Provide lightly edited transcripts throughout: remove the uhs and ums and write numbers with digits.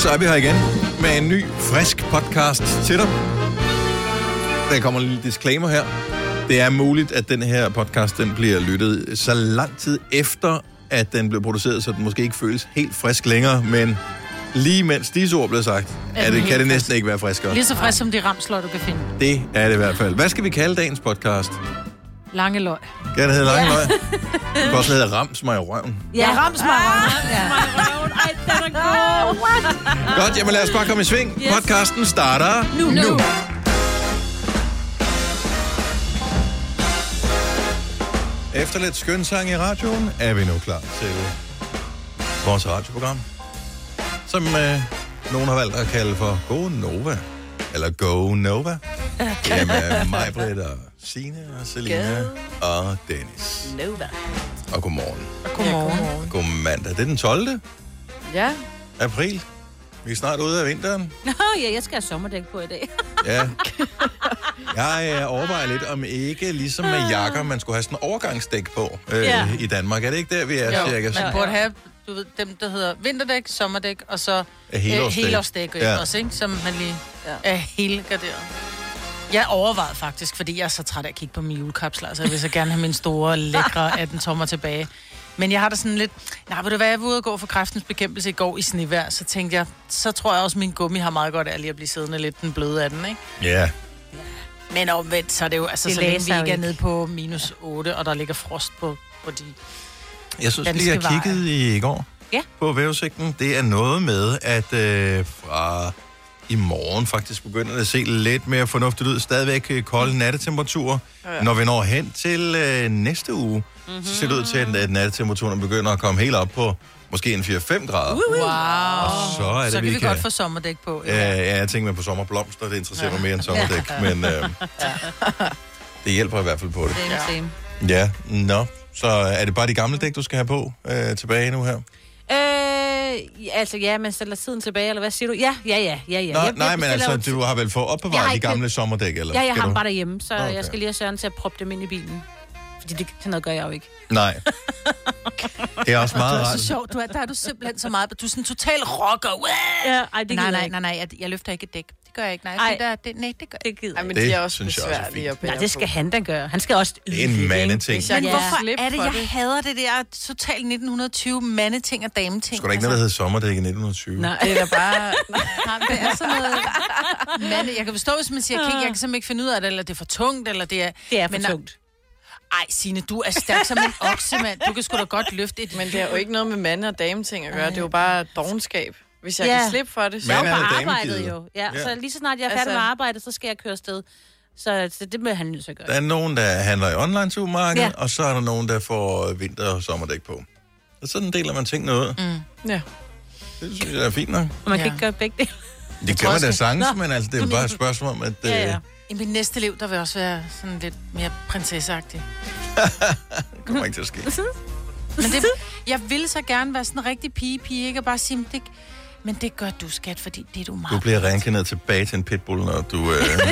Så er vi her igen med en ny, frisk podcast til dig. Der kommer en lille disclaimer her. Det er muligt, at den her podcast den bliver lyttet så lang tid efter, at den blev produceret, så den måske ikke føles helt frisk længere, men lige mens disse ord blev sagt, kan det næsten ikke være friskere. Lige så frisk som de ramsløg, du kan finde. Det er det i hvert fald. Hvad skal vi kalde dagens podcast? Lange løg. Kan det hedde lange løg? Det kan også hedde Rams mig i røven. Ja, rams mig i røven. Ej, den er god. Godt, jamen lad os bare komme i sving. Yes. Podcasten starter nu. Efter lidt skønsang i radioen, er vi nu klar til vores radioprogram, som nogen har valgt at kalde for Go Nova. Eller Go Nova. Det er med mig, Britt og Signe og Selina og Dennis. Nova. Og godmorgen. Godmorgen. God mandag. Det er den 12. Ja. april. Vi er snart ude af vinteren. Nå ja, jeg skal have sommerdæk på i dag. Ja. Jeg overvejer lidt, om ikke ligesom med jakker, man skulle have sådan en overgangsdæk på i Danmark. Er det ikke der, vi er cirka? Man burde have, du ved, dem, der hedder vinterdæk, sommerdæk, og så helårsdæk også, ikke? Som man lige er helgarderet. Jeg overvejede faktisk, fordi jeg er så træt af at kigge på mine julekapsler, så jeg vil så gerne have min store, lækre 18 tommer tilbage. Men jeg har da sådan lidt, ved du hvad, jeg var ude og gå for kræftens bekæmpelse i går i snevejr, så tænkte jeg, så tror jeg også, at min gummi har meget godt af lige at blive siddende lidt den bløde af den, ikke? Ja. Men omvendt, så er det jo, altså, så længe vi ikke er nede på minus 8, og der ligger frost på de jeg synes lige, jeg kiggede i går på vejrudsigten. Det er noget med, at fra i morgen faktisk begynder det at se lidt mere fornuftigt ud. Stadigvæk kolde nattetemperaturer. Ja. Når vi når hen til næste uge, så ser det ud til, at nattetemperaturen begynder at komme helt op på måske en 4-5 grader. Wow. Og så er det, så kan vi godt få sommerdæk på. Ja, jeg tænker mig på sommerblomster. Det interesserer mig mere end sommerdæk. Men det hjælper i hvert fald på det. Same. Ja, så er det bare de gamle dæk, du skal have på tilbage nu her? Man stiller tiden tilbage, eller hvad siger du? Ja. Nej, men altså, du har vel fået opbevaret de gamle sommerdæk, eller? Ja, jeg har dem bare derhjemme, så jeg skal lige have Søren til at proppe dem ind i bilen. Fordi det sådan noget gør jeg jo ikke. Nej. Det er også meget rart. Det er så sjovt, der er du simpelthen så meget. Du er sådan en total rocker. Nej, jeg løfter ikke et dæk. Det gør jeg ikke. Nej, det gør jeg ikke. Nej, men det er også besværligt at bære. Nej, det skal han da gøre. Han skal også det er en mandeting. Men hvorfor er det, jeg hader det der totalt 1920 mandeting og dameting? Skulle der ikke noget, der hed sommerdæk i 1920? Nej, det er da bare... det er sådan noget... Mande. Jeg kan forstå, hvis man siger, jeg kan simpelthen ikke finde ud af det, eller det er for tungt, eller det er... Det er for tungt. Ej, Signe, du er stærk som en okse, mand. Du kan sgu da godt løfte et... Men det er jo ikke noget med mande- og dameting at gøre. Det er jo bare dovenskab. Hvis jeg kan slippe for det, så... Jeg er jo på arbejdet jo. Ja, så lige så snart jeg er færdig med arbejdet, så skal jeg køre afsted. Så det må han nødt til at gøre. Der er nogen, der handler i online-supermarkedet, og så er der nogen, der får vinter- og sommerdæk på. Og sådan deler man ting noget. Ja. Det synes jeg er fint nok. Og man kan ikke gøre begge dele. Det kan man da sagtens, men altså, det er jo bare et spørgsmål om, at... I mit næste liv, der vil også være sådan lidt mere prinsesseagtig. Det kommer ikke til at ske. Men jeg ville så gerne være sådan en rigtig pige, ikke? Og bare sige, men det gør du, skat, fordi det er du meget. Du bliver reinkarneret tilbage til en pitbull, når du...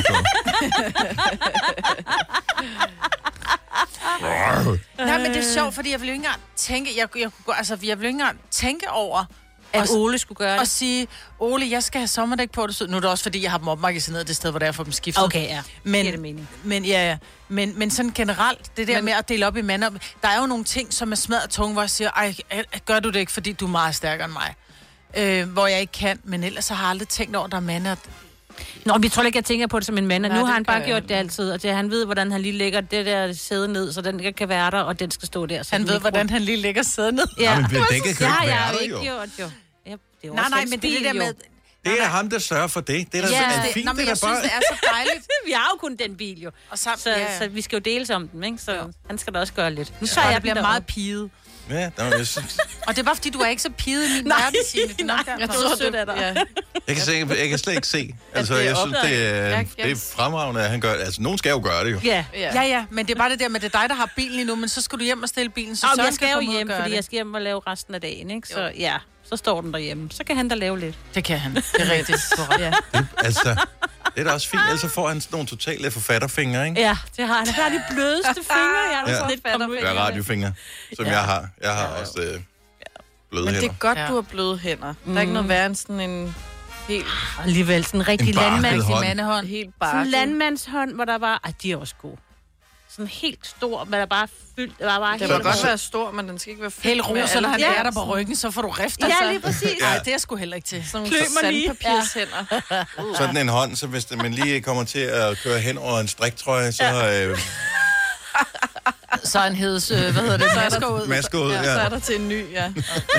Nej, men det er sjovt, fordi jeg vil jo ikke engang tænke... Jeg vil jo ikke engang tænke over... At Ole skulle gøre det. Og sige, Ole, jeg skal have sommerdæk på. Nu er det også, fordi jeg har dem opmagasineret det sted, hvor der er for dem skiftet. Okay, ja. Men, det mening. Men sådan generelt, det der med at dele op i mander, der er jo nogle ting, som er smadret tunge, hvor jeg siger, gør du det ikke, fordi du er meget stærkere end mig. Hvor jeg ikke kan, men ellers har jeg aldrig tænkt over, der er mander. Nå, men jeg tror ikke, jeg tænker på det som en mand. Nu har han bare gjort det altid, og han ved, hvordan han lige lægger det der sæde ned, så den kan være der, og den skal stå der. Han ved, hvordan han lige lægger sæde ned. Ja, men det kan ikke være der, jo ikke gjort, jo. Ja, nej, men det er det der med... Det er ham, der sørger for det. Det er da fint, men jeg synes, det er så dejligt. Vi har jo kun den bil, jo. Og så vi skal jo deles om den, ikke? Så han skal da også gøre lidt. Nu jeg bliver meget piget. Ja, jeg synes... Og det er bare, fordi du er ikke så piget i min verden, Signe. Nej, jeg tror, sødt af dig. Jeg kan slet ikke se. Altså, jeg synes, det er fremragende, at han gør det. Altså, nogen skal jo gøre det, jo. Ja, men det er bare det der med, det er dig, der har bilen lige nu, men så skal du hjem og stille bilen, så jeg skal jo hjem, fordi jeg skal hjem og lave resten af dagen, ikke? Så så står den derhjemme. Så kan han da lave lidt. Det kan han. Det er rigtigt. Det er da også fint, ellers får han sådan nogle totale forfatterfingre, ikke? Ja, det har han. Han har de blødeste fingre. Jeg har sådan lidt Det er radiofingre, som jeg har. Jeg har også... bløde hænder. Men det er godt, du har bløde hænder. Der er ikke noget værre end sådan en helt... Alligevel sådan en rigtig landmandshånd. Helt sådan en landmandshånd, hvor der var... de er også gode. Sådan helt stor, men der bare fyldt... Det må godt være stor, men den skal ikke være fyldt. Helt rosa, når han er der på ryggen, så får du rift. Ja, lige præcis. Nej, det er sgu heller ikke til. Sådan nogle sandpapirshænder. Sådan en hånd, så hvis man lige kommer til at køre hen over en striktrøje, så... Så en heds, masker ud, ja. Så er der til en ny, ja.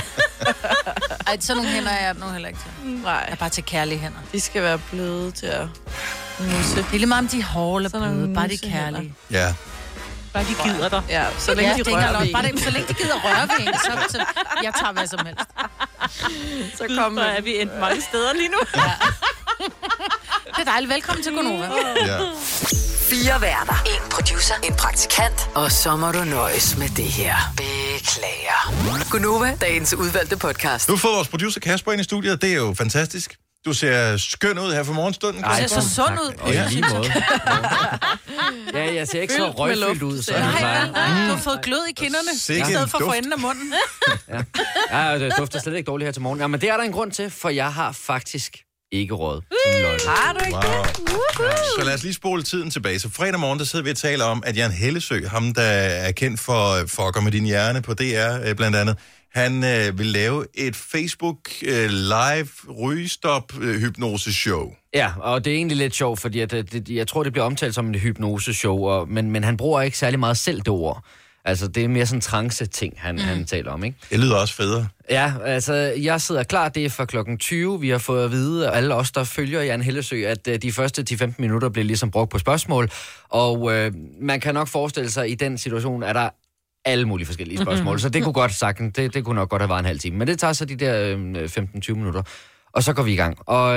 Ej, sådan nogle hænder er jeg nu heller ikke til. Nej. Jeg er bare til kærlige hænder. De skal være bløde til at nusse. Det er lige meget om de er hårde eller bløde, bare de er kærlige. Ja. Bare de gider dig. Ja, så længe de rører ved bare så længe de gider røre ved en, så jeg tager hvad som helst. Så kommer er vi endt mange steder lige nu. Ja. Det er dejligt. Velkommen til Gonova. Ja. 4 værter. 1 producer. En praktikant. Og så må du nøjes med det her. Beklager. Gonova, dagens udvalgte podcast. Du har fået vores producer Kasper ind i studiet. Det er jo fantastisk. Du ser skøn ud her for morgenstunden. Du ser så sund ud. Og i lige måde. Ja, jeg ser ikke så røgfyldt ud. Så nej. Du har fået glød i kinderne, i stedet for enden af munden. Ja, det dufter slet ikke dårligt her til morgen. Ja, men det er der en grund til, for jeg har faktisk ikke råd. Har du ikke det? Så lad os lige spole tiden tilbage. Så fredag morgen, der sidder vi og taler om, at Jan Hellesø, ham der er kendt for Fucker med din hjerne på DR blandt andet, han vil lave et Facebook live rygestop-hypnose-show. Ja, og det er egentlig lidt sjovt, fordi jeg tror, det bliver omtalt som et hypnose-show, men han bruger ikke særlig meget selv det ord. Altså, det er mere sådan en trance-ting, han taler om, ikke? Det lyder også federe. Ja, altså, jeg sidder klar, det er fra klokken 20. Vi har fået at vide, alle os, der følger Jan Hellesø, at de første 10-15 minutter bliver ligesom brugt på spørgsmål. Og man kan nok forestille sig, at i den situation er der alle mulige forskellige spørgsmål. Så det kunne godt sagtens, det kunne nok godt have været en halv time. Men det tager så de der 15-20 minutter. Og så går vi i gang. Og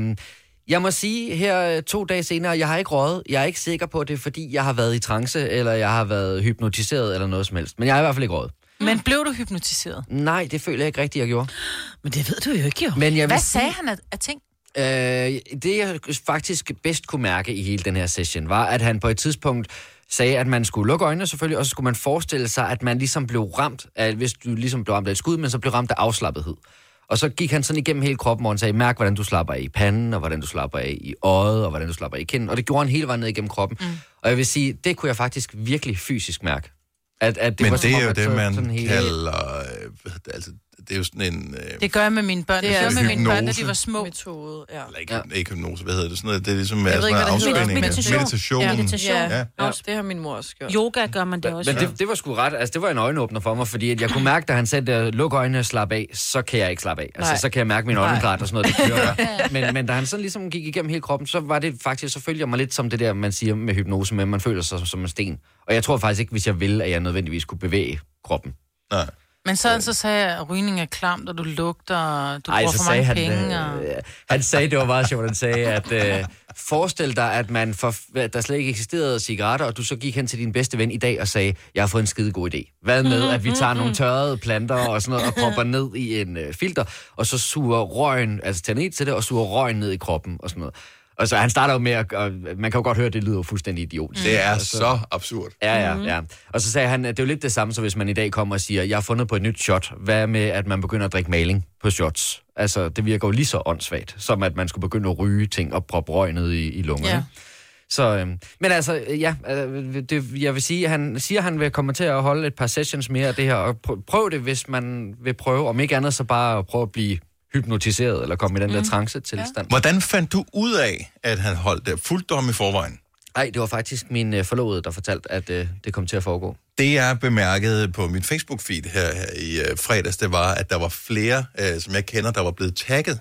jeg må sige her 2 dage senere, jeg har ikke røget. Jeg er ikke sikker på, at det er fordi, jeg har været i trance, eller jeg har været hypnotiseret, eller noget som helst. Men jeg har i hvert fald ikke røget. Men blev du hypnotiseret? Nej, det føler jeg ikke rigtigt, jeg gjorde. Men det ved du jo ikke, jo. Men hvad sagde han af ting? Det, jeg faktisk bedst kunne mærke i hele den her session, var, at han på et tidspunkt sagde, at man skulle lukke øjnene selvfølgelig, og så skulle man forestille sig, at man ligesom blev ramt af, hvis du ligesom blev ramt af et skud, men så blev ramt af afslappethed. Og så gik han sådan igennem hele kroppen, og han sagde, mærk, hvordan du slapper af i panden, og hvordan du slapper af i øjet, og hvordan du slapper af i kinden. Og det gjorde han hele vejen ned igennem kroppen. Og jeg vil sige, det kunne jeg faktisk virkelig fysisk mærke. At det men var, det er jo det, man kalder... Altså, det er jo sådan en... Det gør jeg med mine børn. Det gør med mine børn, da de var små. Metode, ja. Eller ikke hypnose, hvad hedder det? Sådan noget, det er ligesom afspænding. Meditation. Ja. Det har min mor også gjort. Yoga gør man det også. Men det var sgu ret... Altså, det var en øjenåbner for mig, fordi at jeg kunne mærke, da han sagde, luk øjnene og slap af, så kan jeg ikke slappe af. Altså, så kan jeg mærke min øjenklart og sådan noget, det kører. Men da han sådan ligesom gik igennem hele kroppen, så var det faktisk... Så følte jeg mig lidt som det der, man siger med hypnose, med man føler sig som en sten. Og jeg tror faktisk ikke, hvis jeg ville, at jeg nødvendigvis kunne bevæge kroppen. Nej. Men så sagde jeg, at rygning er klamt, og du lugter, og du bruger for mange penge. Han sagde, det var meget sjovt, han sagde, at forestil dig, at der slet ikke eksisterede cigaretter, og du så gik hen til din bedste ven i dag og sagde, jeg har fået en skide god idé. Hvad med, at vi tager nogle tørrede planter og sådan noget, og propper ned i en filter, og så suger røgen, altså tænder i til det, og suger røgen ned i kroppen og sådan noget. Og så han starter jo med at man kan jo godt høre, at det lyder fuldstændig idiotisk. Det er så absurd. Ja. Og så sagde han, at det er jo lidt det samme, så hvis man i dag kommer og siger, jeg har fundet på et nyt shot. Hvad med, at man begynder at drikke maling på shots? Altså, det virker jo lige så åndssvagt, som at man skulle begynde at ryge ting og proppe røg ned i lungerne. Ja. Så, men altså, ja, jeg vil sige, han siger, at han vil komme til at holde et par sessions mere af det her, og prøv det, hvis man vil prøve, om ikke andet, så bare prøve at blive hypnotiseret, eller komme i den der trance-tilstand. Ja. Hvordan fandt du ud af, at han holdt det fuldt om i forvejen? Nej, det var faktisk min forlovede, der fortalte, at det kom til at foregå. Det, jeg bemærkede på mit Facebook-feed her i fredags, det var, at der var flere, som jeg kender, der var blevet tagget.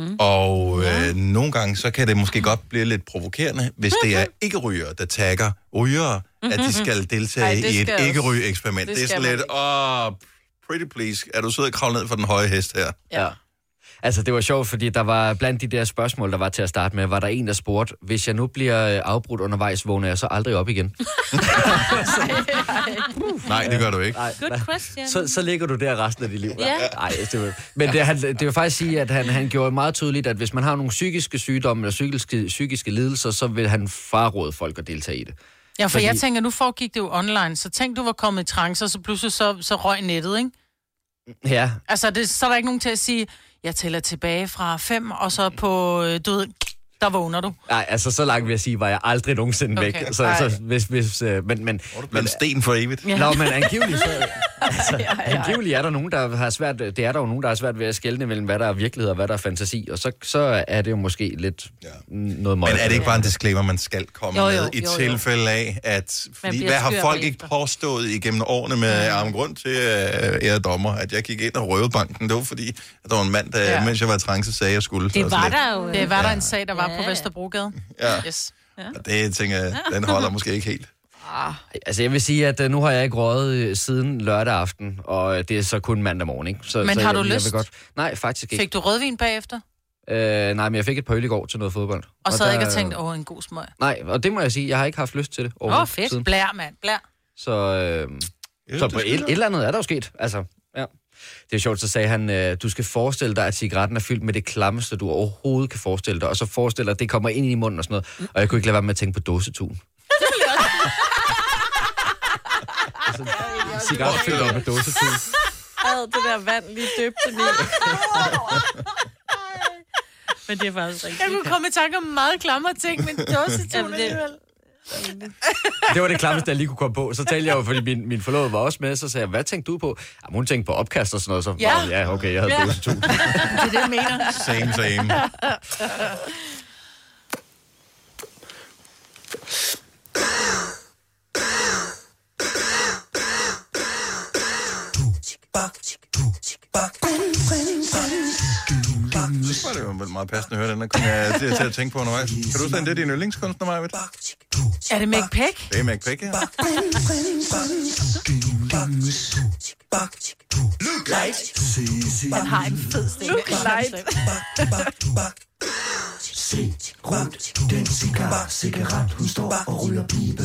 Og nogle gange, så kan det måske godt blive lidt provokerende, hvis det er ikke-rygere, der tagger rygere, at de skal deltage i et ikke-ryge-eksperiment. Det er sådan lidt, pretty please, er du sød at kravle ned for den høje hest her? Ja. Altså, det var sjovt, fordi der var blandt de der spørgsmål, der var til at starte med, var der en, der spurgte, hvis jeg nu bliver afbrudt undervejs, vågner jeg så aldrig op igen? Nej, det gør du ikke. Good question. Så ligger du der resten af dit liv. Ja. Nej, men det vil faktisk sige, at han gjorde meget tydeligt, at hvis man har nogle psykiske sygdomme eller psykiske lidelser, så vil han fraråde folk at deltage i det. Ja, for jeg tænker, nu foregik det jo online, så tænk, du var kommet i trance, og så pludselig så røg nettet, ikke? Ja. Altså, så er der ikke nogen til at sige, jeg tæller tilbage fra 5, og så på død, der vågner du. Nej, altså så langt vil jeg sige, var jeg aldrig nogensinde væk. Så hvis men en sten for evigt. Ja. Nå, men angiveligt så... Angiveligt er der nogen, der har svært... Det er der jo nogen, der har svært ved at skelne mellem, hvad der er virkelighed og hvad der er fantasi. Og så er det jo måske lidt noget møg. Men er det ikke bare en disclaimer, man skal komme med i tilfælde af, at... Fordi, hvad har folk ikke påstået igennem årene med grund til ære dommer, at jeg gik ind og røvede banken? Det var fordi, at der var en mand, der, mens jeg var i trance, sagde, jeg skulle. Det var der jo. Det var der en sag, der var på Vesterbrogade. Ja. Yes. Og det tænker jeg, den holder måske ikke helt. Altså jeg vil sige, at nu har jeg ikke røget siden lørdag aften, og det er så kun mandag morgen, ikke? Men så har du lyst? Godt... Nej, faktisk ikke. Fik du rødvin bagefter? Nej, men jeg fik et par øl i går til noget fodbold. Og så havde jeg ikke tænkt, en god smøg. Nej, og det må jeg sige, jeg har ikke haft lyst til det overhovedet. Fedt. Siden. Blær, mand. Blær. Så på et eller andet er der jo sket, altså, ja. Det er sjovt, så sagde han, du skal forestille dig, at cigaretten er fyldt med det klammeste, du overhovedet kan forestille dig, og så forestiller dig, at det kommer ind i munden og sådan noget, og jeg kunne ikke lade være med at tænke på dåsetun. Det vil jeg også. Cigaretten fyldt op med dåsetun. Det der vand lige døbte den i. Men det er faktisk rigtigt. Jeg kunne komme i tanke om meget klamre ting, men dåsetun alligevel. Det var det klammeste, jeg lige kunne komme på. Så talte jeg jo, fordi min forlovede var også med, så sagde jeg, hvad tænkte du på? Jamen, hun tænkte på opkast og sådan noget, så ja, okay, jeg havde dåsetun. Det er det, jeg mener. Same. Det var vel meget passende at høre den, der kom jeg til at tænke på undervejs. Kan du sende det din yndlingskunstner, Majvidt? Er det McPeck? Det er McPeck, ja. Han har en fed stemme. Look light. Se rundt den cigaret, hun står og ryger pibe.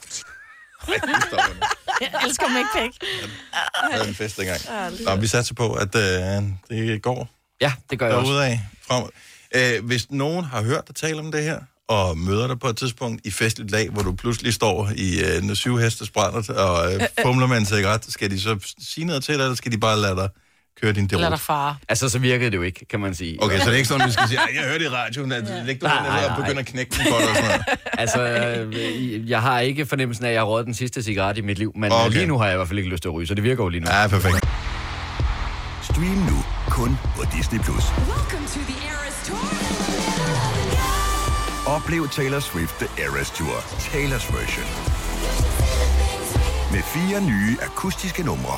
Jeg elsker McPeck. Det er en fest dengang. Nå, vi satser på, at det går. Ja, det gør jeg også. Hvis nogen har hørt dig tale om det her, og møder dig på et tidspunkt i festligt lag, hvor du pludselig står i en 7 hestes brændert og fumler med en cigaret, skal de så sige noget til dig, eller skal de bare lade dig køre din derud? Lad dig fare. Altså, så virkede det jo ikke, kan man sige. Okay, så det er ikke sådan, vi skal sige, jeg hørte i radioen, at læg du og begynder at knække den for dig og sådan noget. Altså, jeg har ikke fornemmelsen af, at jeg har røget den sidste cigaret i mit liv, men lige nu har jeg i hvert fald ikke lyst til at ryge, så det virker jo lige nu. Ja, perfekt. Stream nu kun på Disney+. Oplev Taylor Swift The Eras Tour, Taylor's version. Med 4 nye akustiske numre.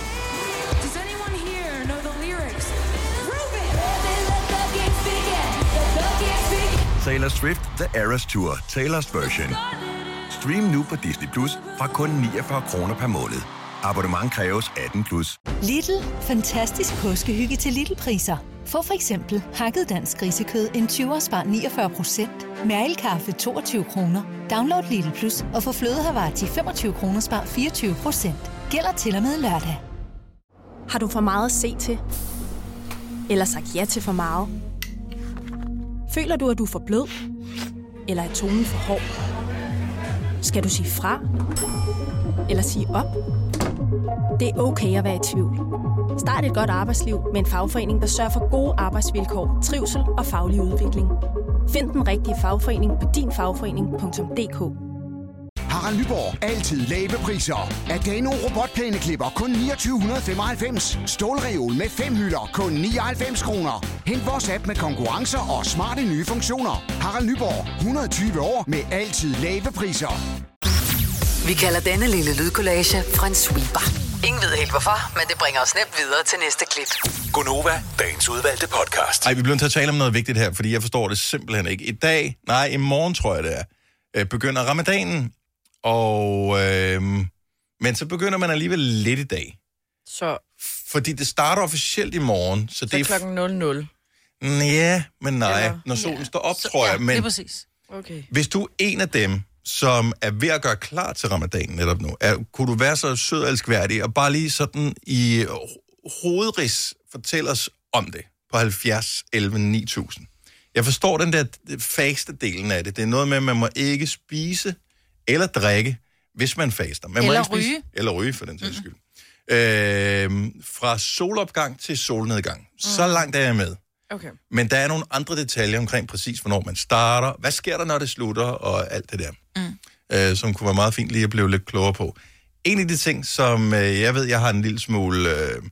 Taylor Swift The Eras Tour, Taylor's version. Stream nu på Disney Plus fra kun 49 kroner per måned. Abonnement kræves 18+. Lidl. Fantastisk påskehygge til Lidl-priser. Få for eksempel hakket dansk grisekød en 20'er spar 49%. Mærelkaffe 22 kroner. Download Lidl Plus og få flødehavar til 25 kroner spar 24%. Gælder til og med lørdag. Har du for meget at se til? Eller sagt ja til for meget? Føler du, at du er for blød? Eller er tonen for hård? Skal du sige fra? Eller sige op? Det er okay at være i tvivl. Start et godt arbejdsliv med en fagforening, der sørger for gode arbejdsvilkår, trivsel og faglig udvikling. Find den rigtige fagforening på dinfagforening.dk. Harald Nyborg. Altid lave priser. Adano robotplæneklipper kun 2995. Stålreol med 5 hylder kun 99 kroner. Hent vores app med konkurrencer og smarte nye funktioner. Harald Nyborg. 120 år med altid lave priser. Vi kalder denne lille lydkollage en sweeper. Ingen ved helt hvorfor, men det bringer os nemt videre til næste klip. Gonova, dagens udvalgte podcast. Ej, vi bliver nødt til at tale om noget vigtigt her, fordi jeg forstår det simpelthen ikke. I morgen tror jeg det er, begynder ramadanen, og men så begynder man alligevel lidt i dag. Så. Fordi det starter officielt i morgen. Så det er klokken 00. Ja, men nej. Når solen står op, tror jeg. Men det er præcis. Okay. Hvis du er en af dem, som er ved at gøre klar til ramadanen netop nu, kunne du være så sød og elskværdig, og bare lige sådan i hovedrids fortælle os om det på 70 11 9000. Jeg forstår den der faste delen af det. Det er noget med, at man må ikke spise eller drikke, hvis man faster. Man må eller ikke spise, ryge. Eller ryge, for den sags skyld. Fra solopgang til solnedgang. Så langt er jeg med. Okay. Men der er nogle andre detaljer omkring præcis, hvornår man starter. Hvad sker der, når det slutter, og alt det der. Som kunne være meget fint lige at blive lidt klogere på. En af de ting, som jeg ved, jeg har en lille smule,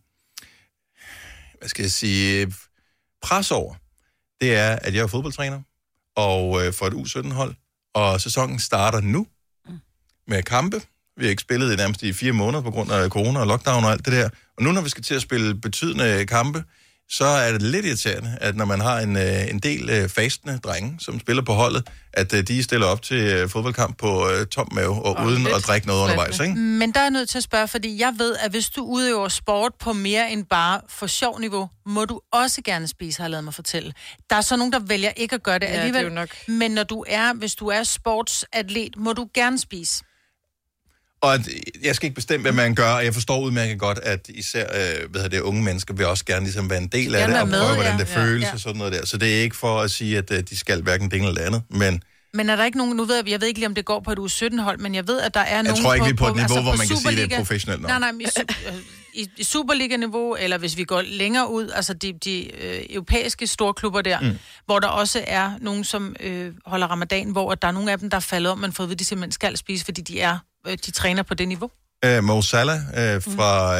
pres over, det er, at jeg er fodboldtræner, og for et U17-hold, og sæsonen starter nu med kampe. Vi har ikke spillet nærmest i 4 måneder på grund af corona og lockdown og alt det der. Og nu, når vi skal til at spille betydende kampe, så er det lidt irriterende, at når man har en del fastende drenge, som spiller på holdet, at de stiller op til fodboldkamp på tom mave og uden at drikke noget undervejs, ikke? Men der er jeg nødt til at spørge, fordi jeg ved, at hvis du udøver sport på mere end bare for sjov niveau, må du også gerne spise, har jeg ladet mig fortælle. Der er så nogen, der vælger ikke at gøre det alligevel. Det er nok. Men hvis du er sportsatlet, må du gerne spise. Og jeg skal ikke bestemme, hvad man gør, og jeg forstår udmærket godt, at især unge mennesker vil også gerne ligesom være en del af det, og prøve, hvordan det føles og sådan noget der. Så det er ikke for at sige, at de skal hverken det ene eller andet, men er der ikke nogen, nu ved jeg ved ikke lige, om det går på et U17-hold, men jeg ved, at der er nogen jeg tror ikke, vi er på et niveau, hvor man kan sige, det er professionelt nok. Nej, i Superliga-niveau, eller hvis vi går længere ud, altså de europæiske storklubber der, hvor der også er nogen, som holder ramadan, hvor der er nogle af dem, der er faldet om, man får at vide, at de simpelthen skal spise, fordi de træner på det niveau. Mo Salah fra,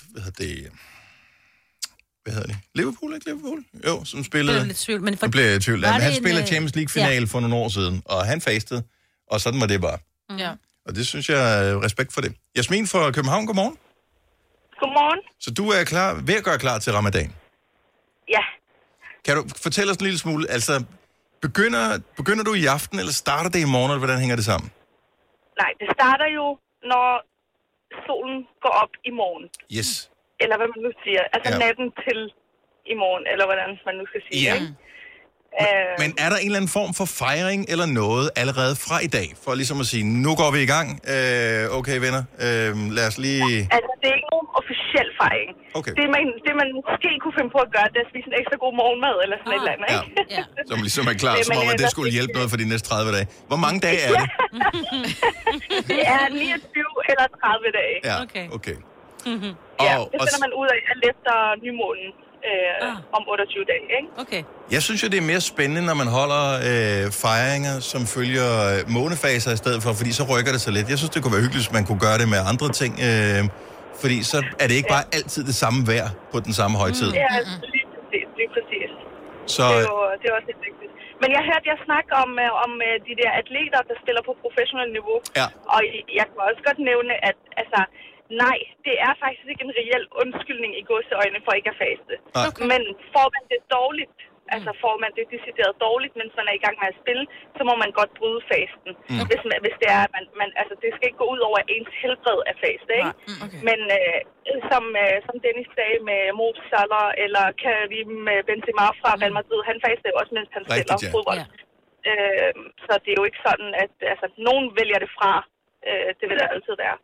hvad hedder det? Liverpool, ikke Liverpool? Jo, som spillede... Det er lidt tvivl, blev i tvivl. Men han spillede Champions League-finale for nogle år siden, og han fastede, og sådan var det bare. Ja. Og det synes jeg er respekt for det. Jasmin fra København, godmorgen. Godmorgen. Så du er ved at gøre klar til ramadan? Ja. Kan du fortælle os en lille smule, altså, begynder du i aften, eller starter det i morgen, eller hvordan hænger det sammen? Nej, det starter jo, når solen går op i morgen. Yes. Eller hvad man nu siger. Altså natten til i morgen, eller hvordan man nu skal sige det. Ikke? Men er der en eller anden form for fejring eller noget allerede fra i dag? For ligesom at sige, nu går vi i gang. Okay, venner, lad os lige... Altså, det er ikke nogen officiel fejring. Okay. Det man måske kunne finde på at gøre, det er at spise en ekstra god morgenmad, eller sådan et eller andet, ikke? Ja. Som ligesom er klar, som om at det skulle hjælpe noget for de næste 30 dage. Hvor mange dage er det? Det er 29 eller 30 dage. Ja, okay. Ja, det finder man ud af alt efter nymånen. Om 28 dage, ikke? Okay. Jeg synes jo, det er mere spændende, når man holder fejringer, som følger månefaser i stedet for, fordi så rykker det sig lidt. Jeg synes, det kunne være hyggeligt, hvis man kunne gøre det med andre ting, fordi så er det ikke bare altid det samme vejr på den samme højtid. Ja, lige præcis. Så... Det er også helt vigtigt. Men jeg hørte jer snakke om de der atleter, der spiller på professionelt niveau. Ja. Og jeg kan også godt nævne, at nej, det er faktisk ikke en reel undskyldning i gåseøjne for ikke at faste. Okay. Men får man det dårligt, altså får man det decideret dårligt, mens man er i gang med at spille, så må man godt bryde fasten. Hvis det er, altså det skal ikke gå ud over ens helbred af faste, ikke? Okay. Men som Dennis sagde med Mo Salah eller Karim Benzema fra Real Madrid, han faste også, mens han spiller fodbold. Ja. Så det er jo ikke sådan, at nogen vælger det fra. Det vil det altid være.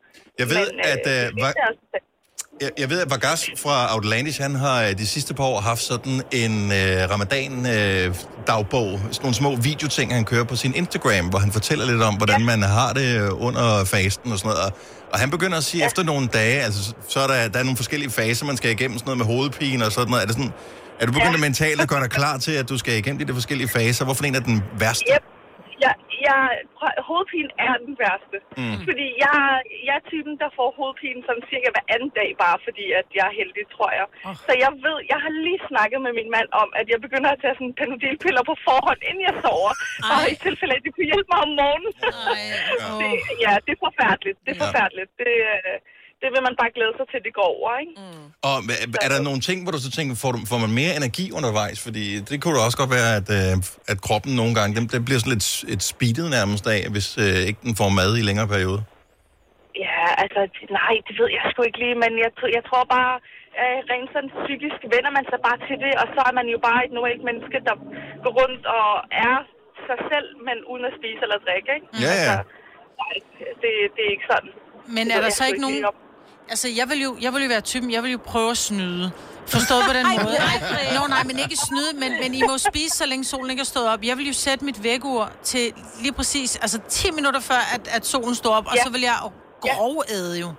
Jeg ved, at Vargas fra Outlandish, han har de sidste par år haft sådan en ramadan-dagbog, sådan nogle små videoting, han kører på sin Instagram, hvor han fortæller lidt om, hvordan man har det under fasten og sådan noget. Og han begynder at sige, efter nogle dage, altså så er der er nogle forskellige faser, man skal igennem, sådan noget med hovedpine og sådan noget. Er du begyndt mentalt at gøre dig klar til, at du skal igennem de forskellige faser? Hvorfor en er den værste? Yep. Hovedpine er den værste. Fordi jeg er typen, der får hovedpine sådan cirka hver anden dag, bare fordi at jeg er heldig, tror jeg. Så jeg har lige snakket med min mand om, at jeg begynder at tage sådan Panodil-piller på forhånd, inden jeg sover. Og i tilfælde, at de kunne hjælpe mig om morgenen. Det er forfærdeligt. Det er forfærdeligt. Det vil man bare glæde sig til, det går over, ikke? Og er der nogle ting, hvor du så tænker, får man mere energi undervejs? Fordi det kunne da også godt være, at kroppen nogle gange, den bliver sådan lidt et speedet nærmest af, hvis ikke den får mad i længere periode. Ja, altså, nej, det ved jeg sgu ikke lige, men jeg tror bare, rent sådan psykisk vender man sig bare til det, og så er man jo bare et normalt menneske, der går rundt og er sig selv, men uden at spise eller drikke, ikke? Ja. Altså, nej, det er ikke sådan. Men er der så ikke nogen... Altså, jeg vil jo være typen, jeg vil jo prøve at snyde. Forstået på den måde. Nej, men ikke snyde, men I må spise, så længe solen ikke er stået op. Jeg vil jo sætte mit vækkeur til lige præcis, 10 minutter før, at solen står op, og så vil jeg grovæde jo.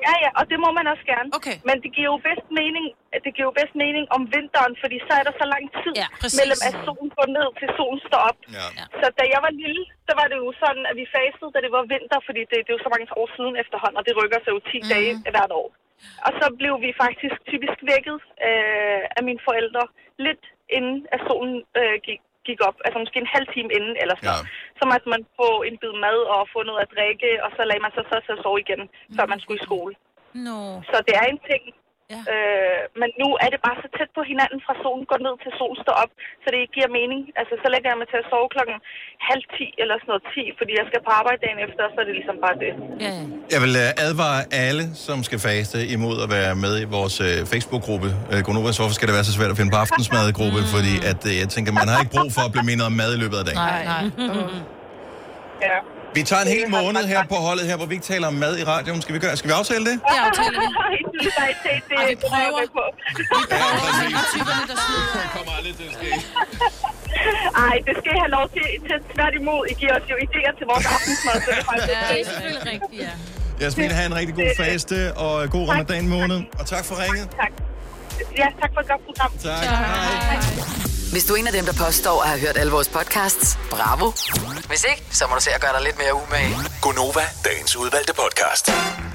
Ja, og det må man også gerne. Okay. Men det giver jo bedst mening om vinteren, fordi så er der så lang tid mellem at solen går ned til solen står op. Ja. Så da jeg var lille, så var det jo sådan, at vi fastede, da det var vinter, fordi det er jo så mange år siden efterhånden, og det rykker sig jo 10 dage hvert år. Og så blev vi faktisk typisk vækket af mine forældre lidt inden at solen gik op. Altså måske en halv time inden eller sådan noget. Så måtte man få en bid mad og få noget at drikke, og så lagde man sig så til at sove igen, før man skulle i skole. Så det er en ting. Ja. Men nu er det bare så tæt på hinanden, fra solen går ned til solen står op, så det ikke giver mening. Altså, så lægger jeg mig til at sove 9:30 eller sådan noget 10, fordi jeg skal på arbejde dagen efter, så er det ligesom bare det. Ja. Jeg vil advare alle, som skal faste, imod at være med i vores Facebook-gruppe. Godnovas, hvorfor skal det være så svært at finde på aftensmadgruppe? Fordi at, jeg tænker, man har ikke brug for at blive mindet om mad i løbet af dagen. Nej. Ja. Vi tager en hel måned her på holdet her, hvor vi ikke taler om mad i radioen. Skal vi aftale det? Det aftaler vi. Vi prøver. Typerne, der snyder. Det kommer aldrig til at ske. Ej, det skal I have lov til tværtimod. I giver os jo idéer til vores aftensmad, så det det er selvfølgelig rigtigt, ja. Jasmin, have en rigtig god faste og god ramadan måned. Og tak for ringet. Tak. Ja, tak for et godt program. Tak. Hej. Hvis du er en af dem, der påstår at have hørt alle vores podcasts, bravo. Hvis ikke, så må du se at gøre dig lidt mere umage. Gonova, dagens udvalgte podcast.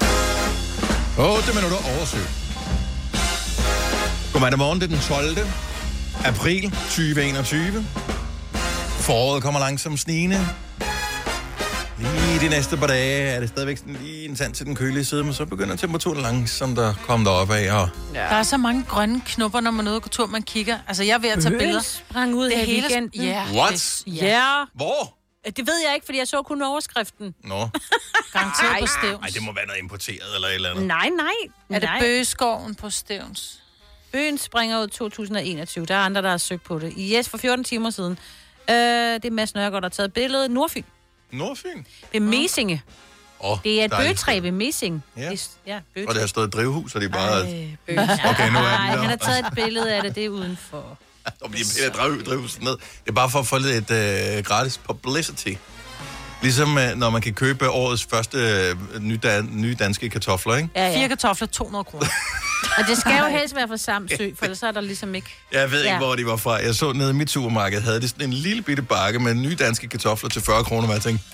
8 minutter over 7. Godmorgen morgen, det er den 12. april 2021. Foråret kommer langsomt snigende. Lige de næste par dage er det stadigvæk lige en tand til den kølige side, men så begynder temperaturen langsomt at komme derop af. Og der er så mange grønne knopper, når man er ude og går tur, man kigger. Altså, jeg er ved at tage billeder. Sprang ud af weekenden. What? Ja. Hvor? Det ved jeg ikke, fordi jeg så kun overskriften. Garanteret på Stevns. Nej, det må være noget importeret eller et eller andet. Nej. Er det Bøgeskoven på Stevns? Bøgen springer ud 2021. Der er andre, der har søgt på det. For 14 timer siden. Det er Mads Nørgaard, der har taget billedet. Nordfyn. Ved Mesinge. Det er et bøgetræ ved Mesing. Ja. Og det har stået et drivhus, og det er bare... Okay, nu er han har taget et billede af det, det er udenfor. Og de piller drivhuset ned. Det er bare for at få lidt gratis publicity. Ligesom når man kan købe årets første nye danske kartofler, ikke? Ja. 4 kartofler, 200 kroner. Og det skal jo helst være fra Samsø, for ellers er der ligesom ikke... Jeg ved ikke, hvor de var fra. Jeg så nede i mit supermarked, havde det sådan en lille bitte bakke med nye danske kartofler til 40 kroner, og jeg tænkte...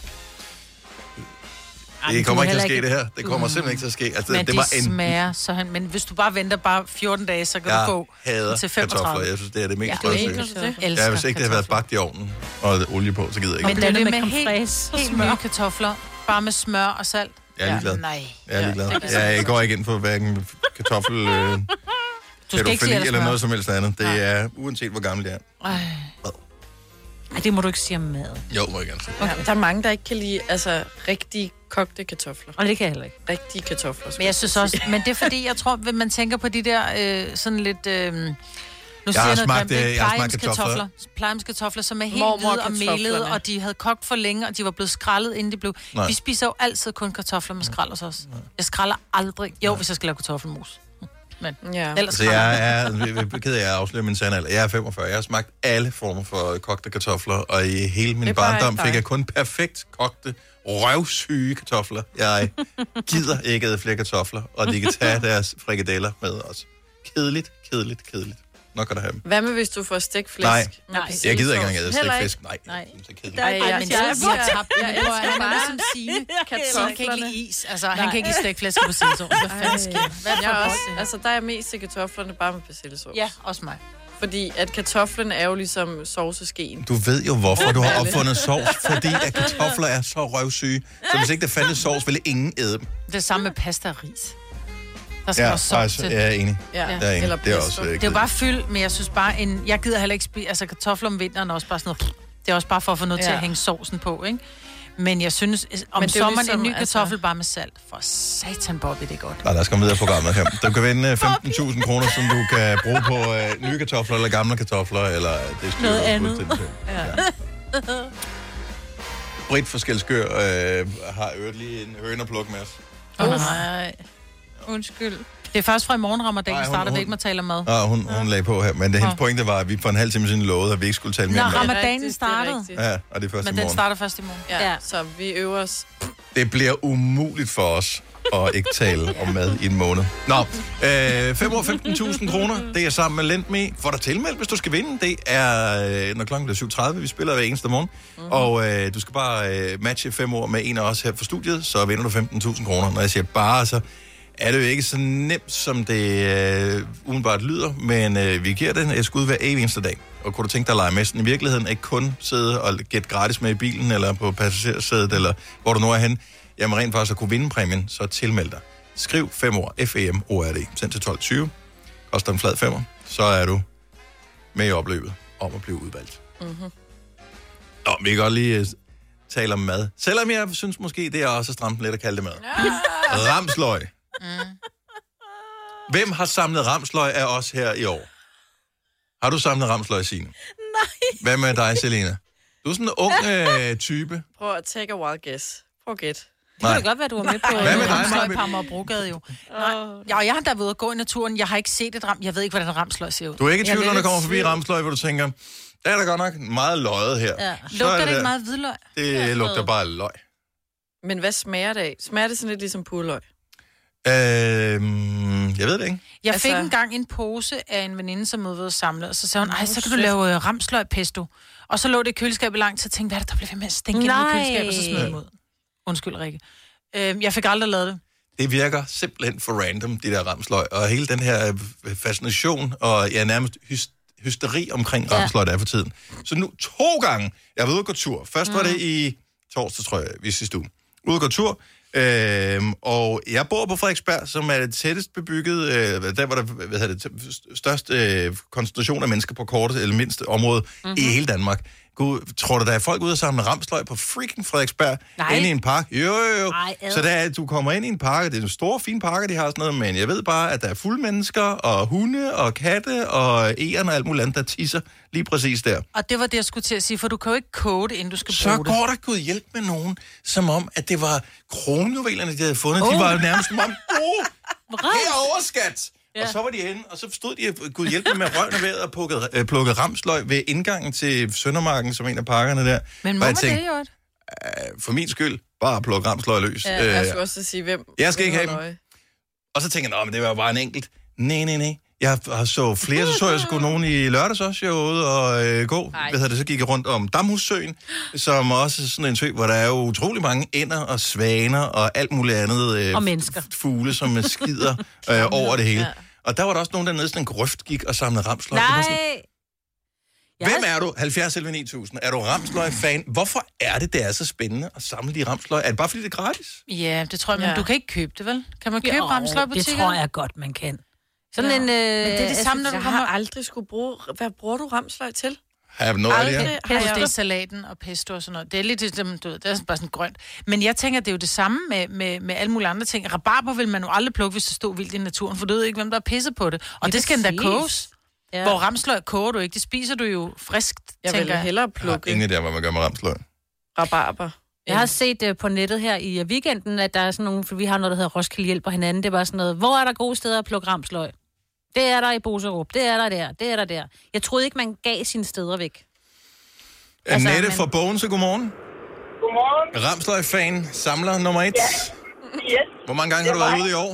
Det kommer ikke til at ske, det her. Det kommer simpelthen ikke til at ske. Altså, men det var smager så men hvis du bare venter bare 14 dage, så kan du få til 35. Kartofler. Jeg synes, det er det mest drømsøge. Ja, hvis ikke det havde været bagt i ovnen og olie på, så gider jeg ikke. Men det er med helt nye kartofler, bare med smør og salt. Jeg er ligeglad. Nej. Jeg er ligeglad. Jeg går ikke ind for hverken kartoffel, pædofili eller noget som helst andet. Det er uanset, hvor gammel det er. Ej, det må du ikke sige om mad. Jo, må jeg gerne sige. Okay. Der er mange, der ikke kan lide rigtige kogte kartofler. Og det kan jeg heller ikke. Rigtige kartofler. Men jeg synes også, men det er fordi, jeg tror, man tænker på de der sådan lidt... Nu jeg har smagt kartofler. Plejehjemskartofler, som er helt hvide og melede, og de havde kogt for længe, og de var blevet skrællet, inden de blev... Nej. Vi spiser jo altid kun kartofler med skrald hos os. Jeg skræller aldrig. Jo, hvis jeg skal lave kartoffelmos. Men ellers jeg er ked af at afsløre min sande alder. Jeg er 45. Jeg har smagt alle former for kogte kartofler, og i hele min barndom fik jeg kun perfekt kogte, røvsyge kartofler. Jeg gider ikke æde flere kartofler, og de kan tage deres frikadeller med os. Kedeligt. Nok kan der have dem. Hvad med, hvis du får stegt flæsk? Nej, jeg gider ikke engang æde stegt flæsk. Nej. Men jeg har tabt det. Han er ligesom Signe. Han kan ikke lide is. Altså, han kan ikke lide stegt flæsk på persillesovs. Hvad fanden sker? Altså, der er mest til kartoflerne bare med persillesovs. Ja, også mig. Fordi at kartoflen er jo ligesom sovseskeen. Du ved jo, hvorfor du har opfundet sovs. Fordi at kartofler er så røvsyge. Så hvis ikke der fandtes sovs, ville ingen æde dem. Det er samme med pasta og ris. Der skal også sovs til. Jeg er enig. Ja. Det er også det er jo bare fyld, men jeg synes bare, jeg gider heller ikke spise, altså kartofler om vinteren er også bare sådan noget, det er også bare for at få noget til at hænge sovsen på, ikke? Men jeg synes, om sommeren ligesom, en ny kartoffel bare med salt. For satan, Bobby, det er godt. Nej, lad os komme videre på programmet her. Du kan vinde 15.000 kroner, som du kan bruge på nye kartofler, eller gamle kartofler, eller det styrer noget andet. Britt fra Skelskør har øvet lige en høne at plukke med os. Nej. Undskyld. Det er først fra i morgen, Ramadan starter, vi ikke må tale om mad. Hun lagde på her, men hendes pointe var, at vi for en halv time siden lovede, at vi ikke skulle tale mere om mad. Ramadanen startede. Ja, og det er først i morgen. Men den starter først i morgen. Ja, så vi øver os. Det bliver umuligt for os og ikke tale om mad i en måned. Nå, 5 år 15.000 kroner, det er sammen med Lendme. Får dig tilmeldt, hvis du skal vinde. Det er, når klokken bliver 7.30, vi spiller hver eneste morgen. Og du skal bare matche 5 år med en af os her for studiet, så vinder du 15.000 kroner. Når jeg siger bare, så er det jo ikke så nemt, som det umiddelbart lyder, men vi giver den et skud hver eneste dag. Og kunne du tænke dig at lege med sådan i virkeligheden, ikke kun sidde og gætte gratis med i bilen, eller på passagersædet, eller hvor du nu er henne. Jamen rent faktisk at kunne vinde præmien, så tilmeld dig. Skriv 5 år, FEMORD, send til 12.20, koster en flad 5'er, så er du med i opløbet om at blive udvalgt. Nå, vi kan godt lige tale om mad. Selvom jeg synes måske, det er også stramt lidt at kalde det mad. Ramsløg. Hvem har samlet ramsløg af os her i år? Har du samlet ramsløg, Signe? Nej. Hvad med dig, Selena? Du er sådan en ung type. Prøv at take a wild guess. Prøv at gætte. Det kunne da godt være, du var med på ramsløg på Amagerbrogade jo. Ja, jeg har da været at gå i naturen. Jeg har ikke set et jeg ved ikke, hvordan ramsløg ser ud. Du er ikke i tvivl, når der kommer forbi ramsløg, hvor du tænker, der er da godt nok meget løget her. Ja. Lugter det ikke meget hvidløg? Det lugter bare løg. Men hvad smager det af? Smager det sådan lidt ligesom purløg? Jeg ved det ikke. Jeg fik engang en pose af en veninde, som havde været samlet, og så sagde hun, så kan du lave ramsløg pesto. Og så lå det i køleskabet langt, så tænkte jeg, hvad er det, der blev ved med at stænke ind i køleskabet, og så smed jeg ud. Undskyld, Rikke. Jeg fik aldrig lavet det. Det virker simpelthen for random, de der ramsløg, og hele den her fascination, og nærmest hysteri omkring ramsløg, der er for tiden. Så nu 2 gange, jeg har været ude at gå tur. Først var det i torsdag, tror jeg, vi sidste uge. Ude at gå tur, og jeg bor på Frederiksberg, som er det tættest bebygget, der var der største koncentration af mennesker på kortet, eller mindste område i hele Danmark. Gud, tror du, der er folk ude og samle ramsløg på freaking Frederiksberg? Inde i en park? Jo. Så du kommer ind i en park, det er en stor, fin park, de har sådan noget, men jeg ved bare, at der er fulde mennesker, og hunde, og katte, og egern og alt muligt andet, der tisser lige præcis der. Og det var det, jeg skulle til at sige, for du kan jo ikke kode det, inden du skal bruge det. Så går der Gud hjælp med nogen, som om, at det var kronjuvelerne, de havde fundet. De var nærmest som om, herovre, skat! Ja. Og så var de henne, og så stod de Gud hjælpe med røven og vejret og plukket ramsløg ved indgangen til Søndermarken, som en af parkerne der. Men må man det jo? For min skyld, bare plukke ramsløg løs. Ja, jeg skulle også sige, hvem... Jeg skal ikke have dem. Og så tænker jeg, men det var bare en enkelt. Nej. Jeg så flere, så jeg skulle nogen i lørdags også, jeg var ude og gå. Så gik jeg rundt om Damhussøen, som også er sådan en sø, hvor der er jo utrolig mange ænder og svaner og alt muligt andet. Og mennesker. Fugle, som skider over det hele. Ja. Og der var der også nogen dernede, sådan en grøft gik og samlede ramsløg. Hvem er du? 70 11 9000. Er du ramsløg-fan? Hvorfor er det er så spændende at samle de ramsløg? Er det bare fordi, det er gratis? Ja, det tror jeg, men du kan ikke købe det, vel? Kan man købe ramsløg i butikker? Det tror jeg godt, man kan. Sådan en... Men det er det samme, når du kommer... Jeg har aldrig skulle bruge... Hvad bruger du ramsløg til? Have no idea. Det er salaten og pesto og sådan noget. Det er lidt du ved, det er bare sådan grønt. Men jeg tænker, det er jo det samme med alle mulige andre ting. Rabarber vil man jo aldrig plukke, hvis det stod vildt i naturen, for du ved ikke, hvem der er pisset på det. Og det skal endda koges. Ja. Hvor ramsløg koger du ikke. Det spiser du jo friskt, tænker jeg. Jeg vil hellere plukke. Ingen idé, hvad man gør med ramsløg. Rabarber. Jeg har set på nettet her i weekenden, at der er sådan nogle, for vi har noget, der hedder Roskilde Hjælper hinanden. Det var sådan noget, hvor er der gode steder at plukke ramsløg? Det er der i Boserup, det er der der. Jeg troede ikke, man gav sine steder væk. Annette fra Bogense, godmorgen. Godmorgen. Ramsløg-fan, samler nummer 1. Ja. Yes. Hvor mange gange har du været ude i år?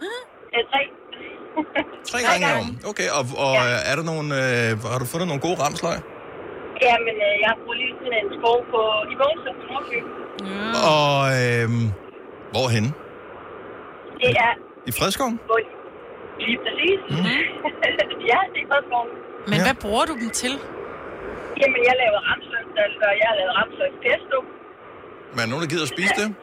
3. 3 gange i år. Okay, og er der nogle, har du fundet nogle gode ramsløg? Ja, men jeg har brugt lige sådan en skov i Bogense på Nordfyn. Og hvorhenne? Det er... I Fredskoven? Lige præcis. Ja, det er Fredskoven. Men hvad bruger du dem til? Jamen, jeg laver ramsløgsdal, og jeg har lavet ramsløgspesto. Men er nogen, der gider at spise det?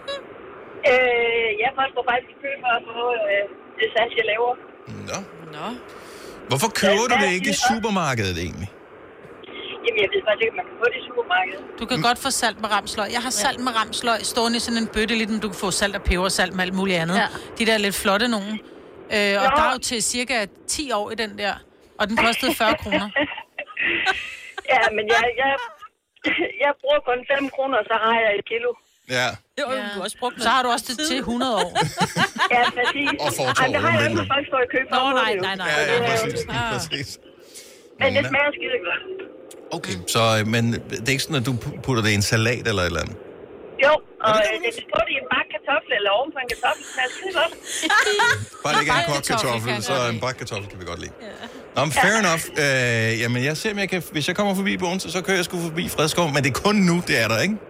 Jeg folk går faktisk i kø for at få det sats, jeg laver. Nå. Hvorfor køber du det ikke i supermarkedet egentlig? Jamen, jeg ved faktisk ikke, om man kan få det i supermarkedet. Du kan godt få salt med ramsløg. Jeg har salt med ramsløg stående i sådan en bøtte, lidt du kan få salt og peber, salt med alt muligt andet. Ja. De der lidt flotte nogen. Og der er jo til cirka 10 år i den der, og den kostede 40 kroner. Ja, men jeg bruger kun 5 kroner, så har jeg 1 kilo. Ja. Jo, du har også brugt så har du også det til 100 år. Ja, præcis. Og fortår. Det har jeg ikke, folk står i køb. Nej. Ja, præcis. Men det smager skide godt. Okay, så men det er ikke sådan, at du putter det i en salat eller et eller andet? Jo, og det kan få det i en bakke kartoffel eller oven på en kartoffel. Det er skide godt. Bare det ikke er en kogt kartoffel, så en bakke kartoffel kan vi godt lide. Fair enough. Jamen, jeg ser, om jeg kan... Hvis jeg kommer forbi Bogense, så kører jeg sgu forbi Fredskov. Men det er kun nu, det er der, ikke?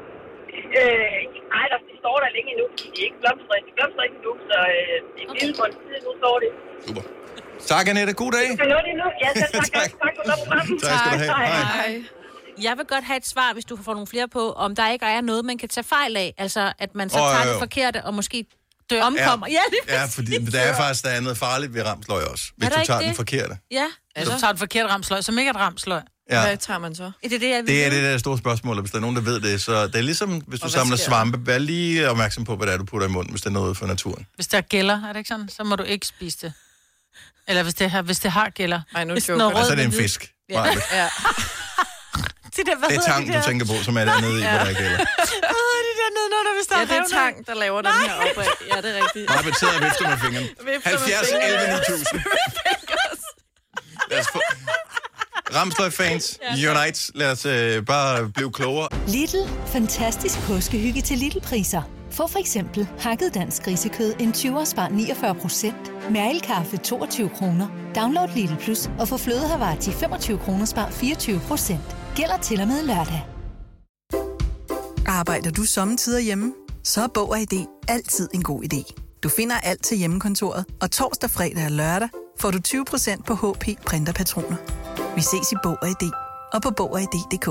Nej, det står der længe endnu, fordi de er ikke blomstret. De blomstrer ikke endnu, så i en lille måned tid nu står det. Super. Tak, Annette. God dag. Skal du nå det nu? Ja, tak for det. Tak skal du have. Hej. Jeg vil godt have et svar, hvis du får nogle flere på, om der ikke er noget, man kan tage fejl af. Altså, at man så tager det forkerte og måske omkommer. Ja, fordi der er faktisk der er noget farligt ved ramsløg også, hvis du tager den forkerte. Ja. Altså, du tager den forkerte ramsløg, som ikke er et ramsløg. Ja. Hvad tager man så? Det er det der store spørgsmål, og hvis der er nogen, der ved det. Så det er ligesom, hvis du samler svampe, vær lige opmærksom på, hvad det er, du putter i munden, hvis det er noget for naturen. Hvis der er gælder, er det ikke sådan, så må du ikke spise det. Eller hvis det har gælder. Ej, nu så er det en fisk. Ja. Det er tang, du tænker på, som er der nede i, hvor der ikke gælder. Det der nede, når vi starter. Ja, det er tang, der laver den her opad. Ja, det er rigtigt. Bare betæder og vifter med fingeren. 70, 11, 9000. Lad os få... Ramsløg-fans, unite. Lad os bare blive klogere. Lidl. Fantastisk påskehygge til Lidl-priser. Få for eksempel hakket dansk grisekød en 20'er spar 49%. Mærelkaffe 22 kroner. Download Lidl Plus og få flødehavarti 25 kroner spar 24%. Gælder til og med lørdag. Arbejder du sommetider hjemme? Så er Bog og ID altid en god idé. Du finder alt til hjemmekontoret, og torsdag, fredag og lørdag får du 20% på HP printerpatroner. Vi ses i Bog og ID og på Bog og ID.dk.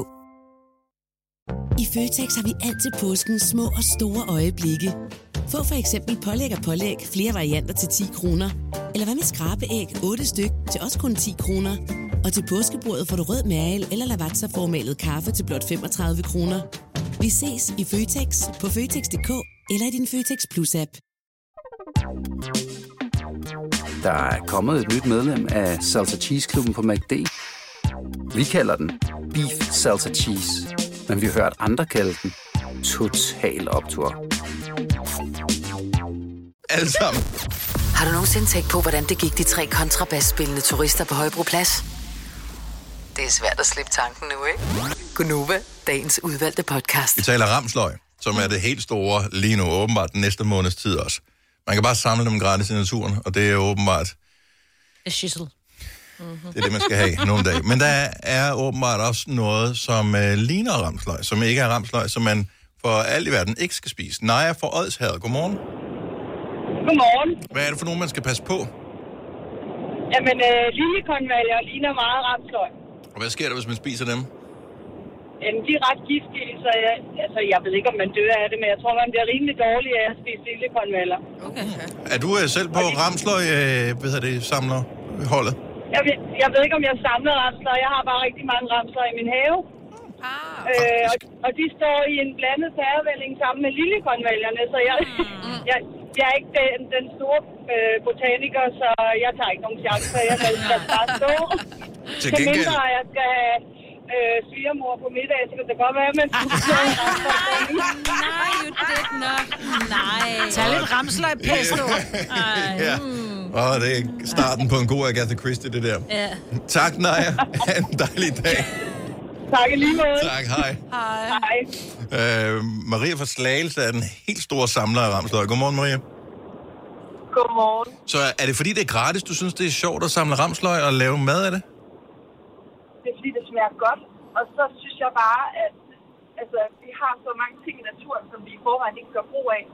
I Føtex har vi altid påskens små og store øjeblikke. Få for eksempel pålæg flere varianter til 10 kroner. Eller hvad med skrabeæg 8 styk til også kun 10 kroner. Og til påskebordet får du rød mal eller lavatserformalet kaffe til blot 35 kroner. Vi ses i Føtex på Føtex.dk eller i din Føtex Plus-app. Der er kommet et nyt medlem af Salsa Cheese Klubben på McD. Vi kalder den Beef Salsa Cheese, men vi har hørt andre kalde den Total Optur. Alle sammen. Har du nogensinde tænkt på, hvordan det gik de 3 kontrabasspillende turister på Højbroplads? Det er svært at slippe tanken nu, ikke? Gunova, dagens udvalgte podcast. Vi taler ramsløg, som er det helt store lige nu, åbenbart den næste måneds tid også. Man kan bare samle dem gratis i naturen, og det er åbenbart... Det er schissel. Det er det, man skal have nogle dage. Men der er åbenbart også noget, som ligner ramsløg, som ikke er ramsløg, som man for alt i verden ikke skal spise. Naja fra Odsherred, godmorgen. Godmorgen. Hvad er det for nogen, man skal passe på? Jamen, liljekonvaljer ligner meget ramsløg. Og hvad sker der, hvis man spiser dem? Jamen, de er ret giftige, så jeg ved ikke, om man dør af det, men jeg tror, man bliver rimelig dårlig af at spise liljekonvaljer. Okay. Er du selv på ramsløg, samlerholdet? Jeg ved ikke, om jeg samler ramsløg. Jeg har bare rigtig mange ramsløg i min have. Og de står i en blandet pærevælling sammen med liljekonvaljerne, så jeg er ikke den store botaniker, så jeg tager ikke nogen chancer. Jeg skal bare stå. Til mindre, at jeg skal have svigermor på middag, så kan det godt være, at man skulle stå i ramsløg. Nej, you did not. Nej. Tag lidt ramsløg-pesto. Ja. Det er starten på en god Agatha Christie, det der. Ja. Tak, Naja. Ha' en dejlig dag. Tak i lige måde. Tak, hej. Hej. Maria fra Slagelse er den helt store samler af ramsløg. Godmorgen, Maria. Godmorgen. Så er det fordi, det er gratis, du synes, det er sjovt at samle ramsløg og lave mad af det? Det er fordi, det smager godt. Og så synes jeg bare, at vi har så mange ting i naturen, som vi i forvejen ikke gør brug af.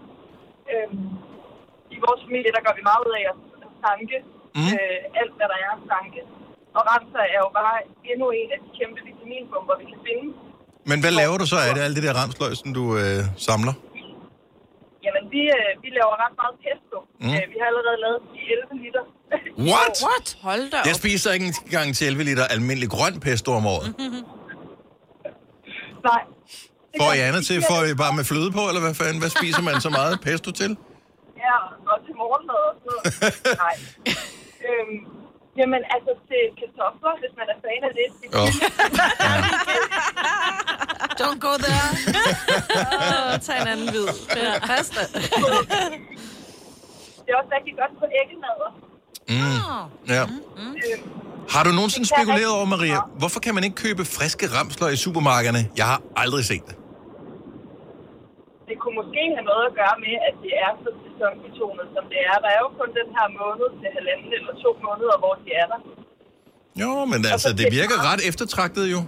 I vores familie, der gør vi meget ud af at sanke. Alt, hvad der er at sanke. Og ramsløg er jo bare endnu en af de kæmpe vitaminbomber, vi kan finde. Men hvad laver du så af det, alt det der ramsløg, som du samler? Jamen, vi laver ret meget pesto. Vi har allerede lavet 11 liter. What? Hold da op. Jeg spiser ikke engang til 11 liter almindelig grøn pesto om året. Nej. Får I andet til? Får I bare med fløde på, eller hvad fanden? Hvad spiser man så meget pesto til? Ja, og til morgenmad og sådan noget. Nej. Jamen, til kartofler, hvis man er fan af det. Don't go there. Tag en anden vid. Pasta. Det er også rigtig godt på æggemadder. Ja. Har du nogensinde spekuleret over, Maria, hvorfor kan man ikke købe friske ramsløg i supermarkederne? Jeg har aldrig set det. kunne måske have noget at gøre med, at det er så sæsonbetonet, som det er. Der er jo kun den her måned til 1,5 eller 2 måneder, hvor de er der. Jo, men altså, det virker ret eftertragtet jo.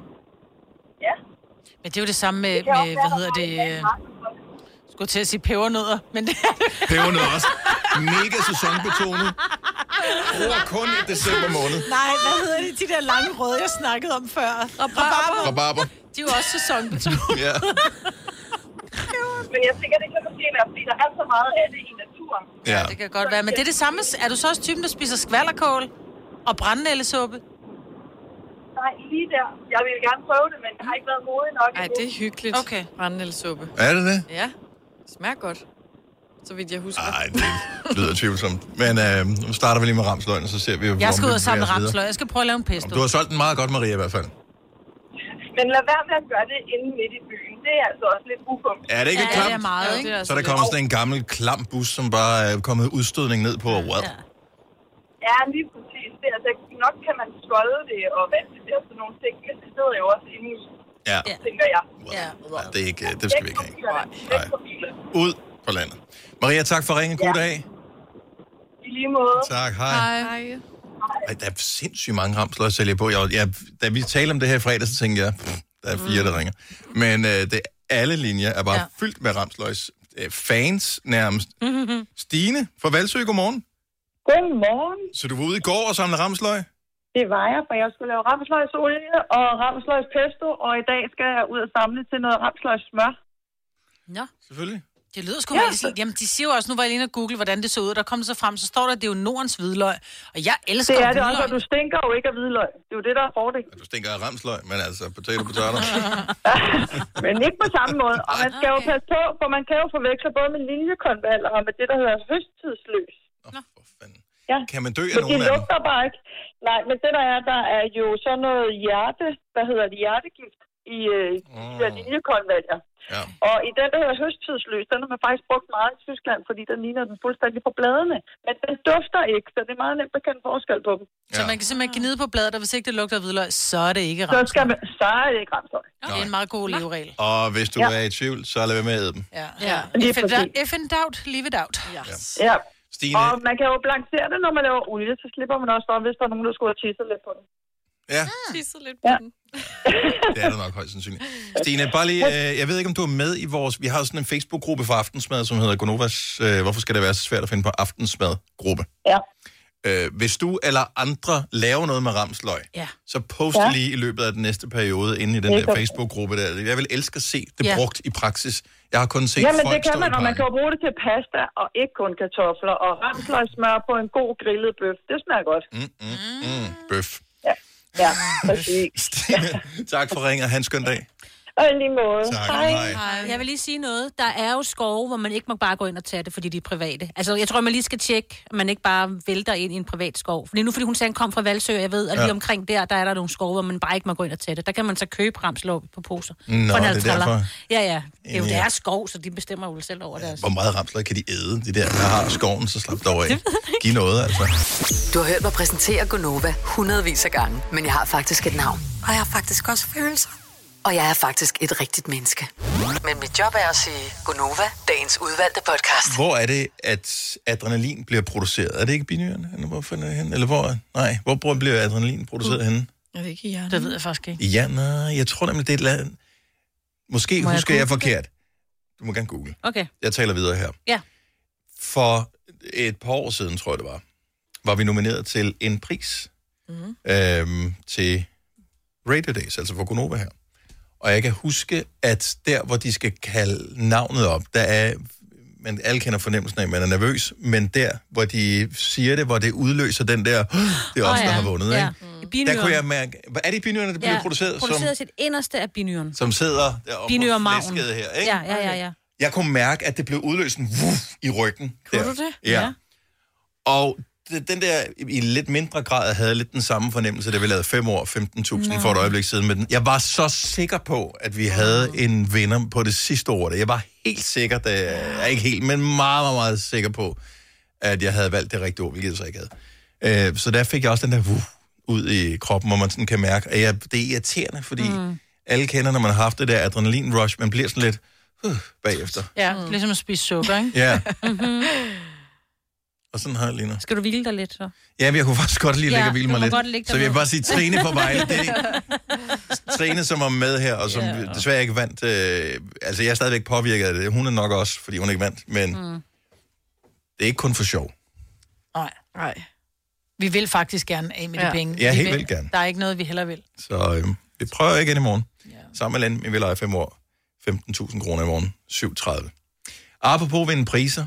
Ja. Men det er jo det samme med hvad hedder det... skulle til at sige pebernødder, men det er det. Pebernødder også. Mega sæsonbetonet. Bruger kun i december måned. Nej, hvad hedder de der lange røde, jeg snakkede om før? Rabarber. De er jo også sæsonbetonet. Ja. Men jeg tænker, det kan måske være, fordi der er så meget af det i naturen. Ja, det kan godt være. Men det er det samme. Er du så også typen, der spiser skvallerkål og brændenældesuppe? Nej, lige der. Jeg ville gerne prøve det, men jeg har ikke været modig nok. Nej, det er hyggeligt. Okay. Brændenældesuppe. Er det det? Ja. Det smager godt. Så vidt jeg husker. Nej, det lyder tvivlsomt. Men nu starter vi lige med ramsløgn, og så ser vi jo, jeg skal ud og samle ramsløg. Jeg skal prøve at lave en pesto. Du har solgt den meget godt, Maria, i hvert fald. Men lad være med at gøre det inde midt i byen. Det er altså også lidt ufum. Er det ikke klamt? Det er meget, ikke? Så der kommer sådan en gammel, klam bus, som bare er kommet udstødning ned på. Wow. Ja, lige præcis. Det, altså, nok kan man skolde det og vaske det og sådan nogle ting, men det sidder jo også inde i, tænker jeg. Ja, det er ikke, det skal vi ikke have. Nej. Ud på landet. Maria, tak for ringen. God dag. I lige måde. Tak, hej. Ej, der er sindssygt mange ramsløg, sælger på. Da vi talte om det her i fredag, så tænkte jeg, der er 4, der ringer. Men alle linjer er bare fyldt med ramsløgs fans nærmest. Stine fra Valsø, godmorgen. Godmorgen. Så du var ude i går og samle ramsløg? Det var jeg, for jeg skulle lave ramsløgsolie og ramsløgspesto, og i dag skal jeg ud og samle til noget ramsløgssmør. Nå. Selvfølgelig. Det lyder sgu rigtig. Jamen, de siger jo også, nu var jeg lige inde og google, hvordan det så ud, og der kom så frem, så står der, at det er jo Nordens hvidløg. Og jeg elsker hvidløg. Det er det også, og du stinker jo ikke af hvidløg. Det er jo det, der er fordel. Du stinker af ramsløg, men altså potato. Men ikke på samme måde. Og man skal jo passe på, for man kan jo forveksle både med liljekonvalg og med det, der hedder høsttidsløs. For fanden. Ja. Kan man dø af men nogen af dem? Men de lugter bare ikke. Nej, men det der er jo sådan noget hjertegift i de der liljekonvalger. Ja. Og i den, der hedder høsttidsløs, den har man faktisk brugt meget i Tyskland, fordi den ligner den fuldstændig på bladene. Men den dufter ikke, så det er meget nemt at kende forskel på dem. Ja. Så man kan simpelthen gnide på bladet, og hvis ikke det lugter hvidløg, så er det ikke ramsløg. Så er det ikke ramsløg. Okay. Det er en meget god leveregel. Og hvis du er i tvivl, så lad være med at æde dem. Ja. If in doubt, leave it out. Yes. Ja. Stine. Og man kan jo blancere det, når man laver olie, så slipper man også for, hvis der er nogen, der skulle have tisset lidt på den. Ja. Tisset lidt på den. Det er der nok højst sandsynligt. Stine, bare lige, jeg ved ikke, om du er med i vores... Vi har sådan en Facebook-gruppe for aftensmad, som hedder Gonovas... Hvorfor skal det være så svært at finde på aftensmad-gruppe? Ja. Hvis du eller andre laver noget med ramsløg, så post lige i løbet af den næste periode inde i den der Facebook-gruppe der. Jeg vil elske at se det brugt i praksis. Jeg har kun set folk det kan man, og man kan jo bruge det til pasta og ikke kun kartofler. Og ramsløgsmør på en god grillet bøf, det smager godt. Bøf. Ja, præcis. Tak for ringen, og have en skøn dag. Og lige måde. Tak, hej. Jeg vil lige sige noget. Der er jo skove, hvor man ikke må bare gå ind og tage det, fordi de er private. Altså, jeg tror, man lige skal tjekke, at man ikke bare vælter ind i en privat skov. Fordi nu, fordi hun sagde, kom fra Valsø, jeg ved, at lige omkring der er der nogle skove, hvor man bare ikke må gå ind og tage det. Der kan man så købe ramsløg på poser. Nå, det er derfor. Ja. Det er jo deres skov, så de bestemmer jo selv over deres. Hvor meget ramsløg kan de æde? De der har skoven, så slap det over af. Giv noget, altså. Du har hørt mig præsentere Gonova hundredvis af gange, men jeg har faktisk et navn. Og jeg har faktisk også følelser. Og jeg er faktisk et rigtigt menneske. Men mit job er at sige Gonova, dagens udvalgte podcast. Hvor er det, at adrenalin bliver produceret? Er det ikke i binyrerne? Eller hvor finder jeg hen? Eller hvor bliver adrenalin produceret henne? Er det ikke i hjernen? Det ved jeg faktisk ikke. I hjernen? Jeg tror nemlig, det er et land. Måske husker jeg forkert. Du må gerne google. Okay. Jeg taler videre her. Ja. For et par år siden, tror jeg det var vi nomineret til en pris til Radio Days, altså for Gonova her. Og jeg kan huske, at der, hvor de skal kalde navnet op, der er, men alle kender fornemmelsen af, at man er nervøs, men der, hvor de siger det, hvor det udløser den der, det er os, der har vundet, ikke? Der kunne jeg mærke, er det binyrerne, der bliver produceret? Produceret til det inderste af binyren. Som sidder deroppe på flæsket her, ikke? Ja. Jeg kunne mærke, at det blev udløst i ryggen. Kunne du det? Ja. Og den der i lidt mindre grad havde lidt den samme fornemmelse, da vi lavede 5 år, 15.000 for et øjeblik siden med den. Jeg var så sikker på, at vi havde en vinder på det sidste år. Jeg var helt sikker, ikke helt, men meget, meget, meget sikker på, at jeg havde valgt det rigtige ord, hvilket jeg så ikke havde. Så der fik jeg også den der ud i kroppen, hvor man sådan kan mærke, at det er irriterende, fordi alle kender, når man har haft det der adrenalin-rush, man bliver sådan lidt, bagefter. Ja, ligesom at spise sukker, ikke? Ja. Og sådan har jeg lige nu. Skal du hvile dig lidt, så? Ja, men jeg kunne faktisk godt lige ligge og hvile mig lidt. Så jeg vil bare sige Trine fra Vejle. Det er Trine, som var med her, og som desværre ikke vandt. Altså, jeg er stadigvæk påvirket af det. Hun er nok også, fordi hun ikke vandt. Men det er ikke kun for sjov. Nej. Vi vil faktisk gerne af med de penge. Ja, helt vildt gerne. Der er ikke noget, vi heller vil. Så vi prøver igen i morgen. Sammen med Land, vi vil lege 5 år. 15.000 kroner i morgen. 7.30. Apropos vinde priser.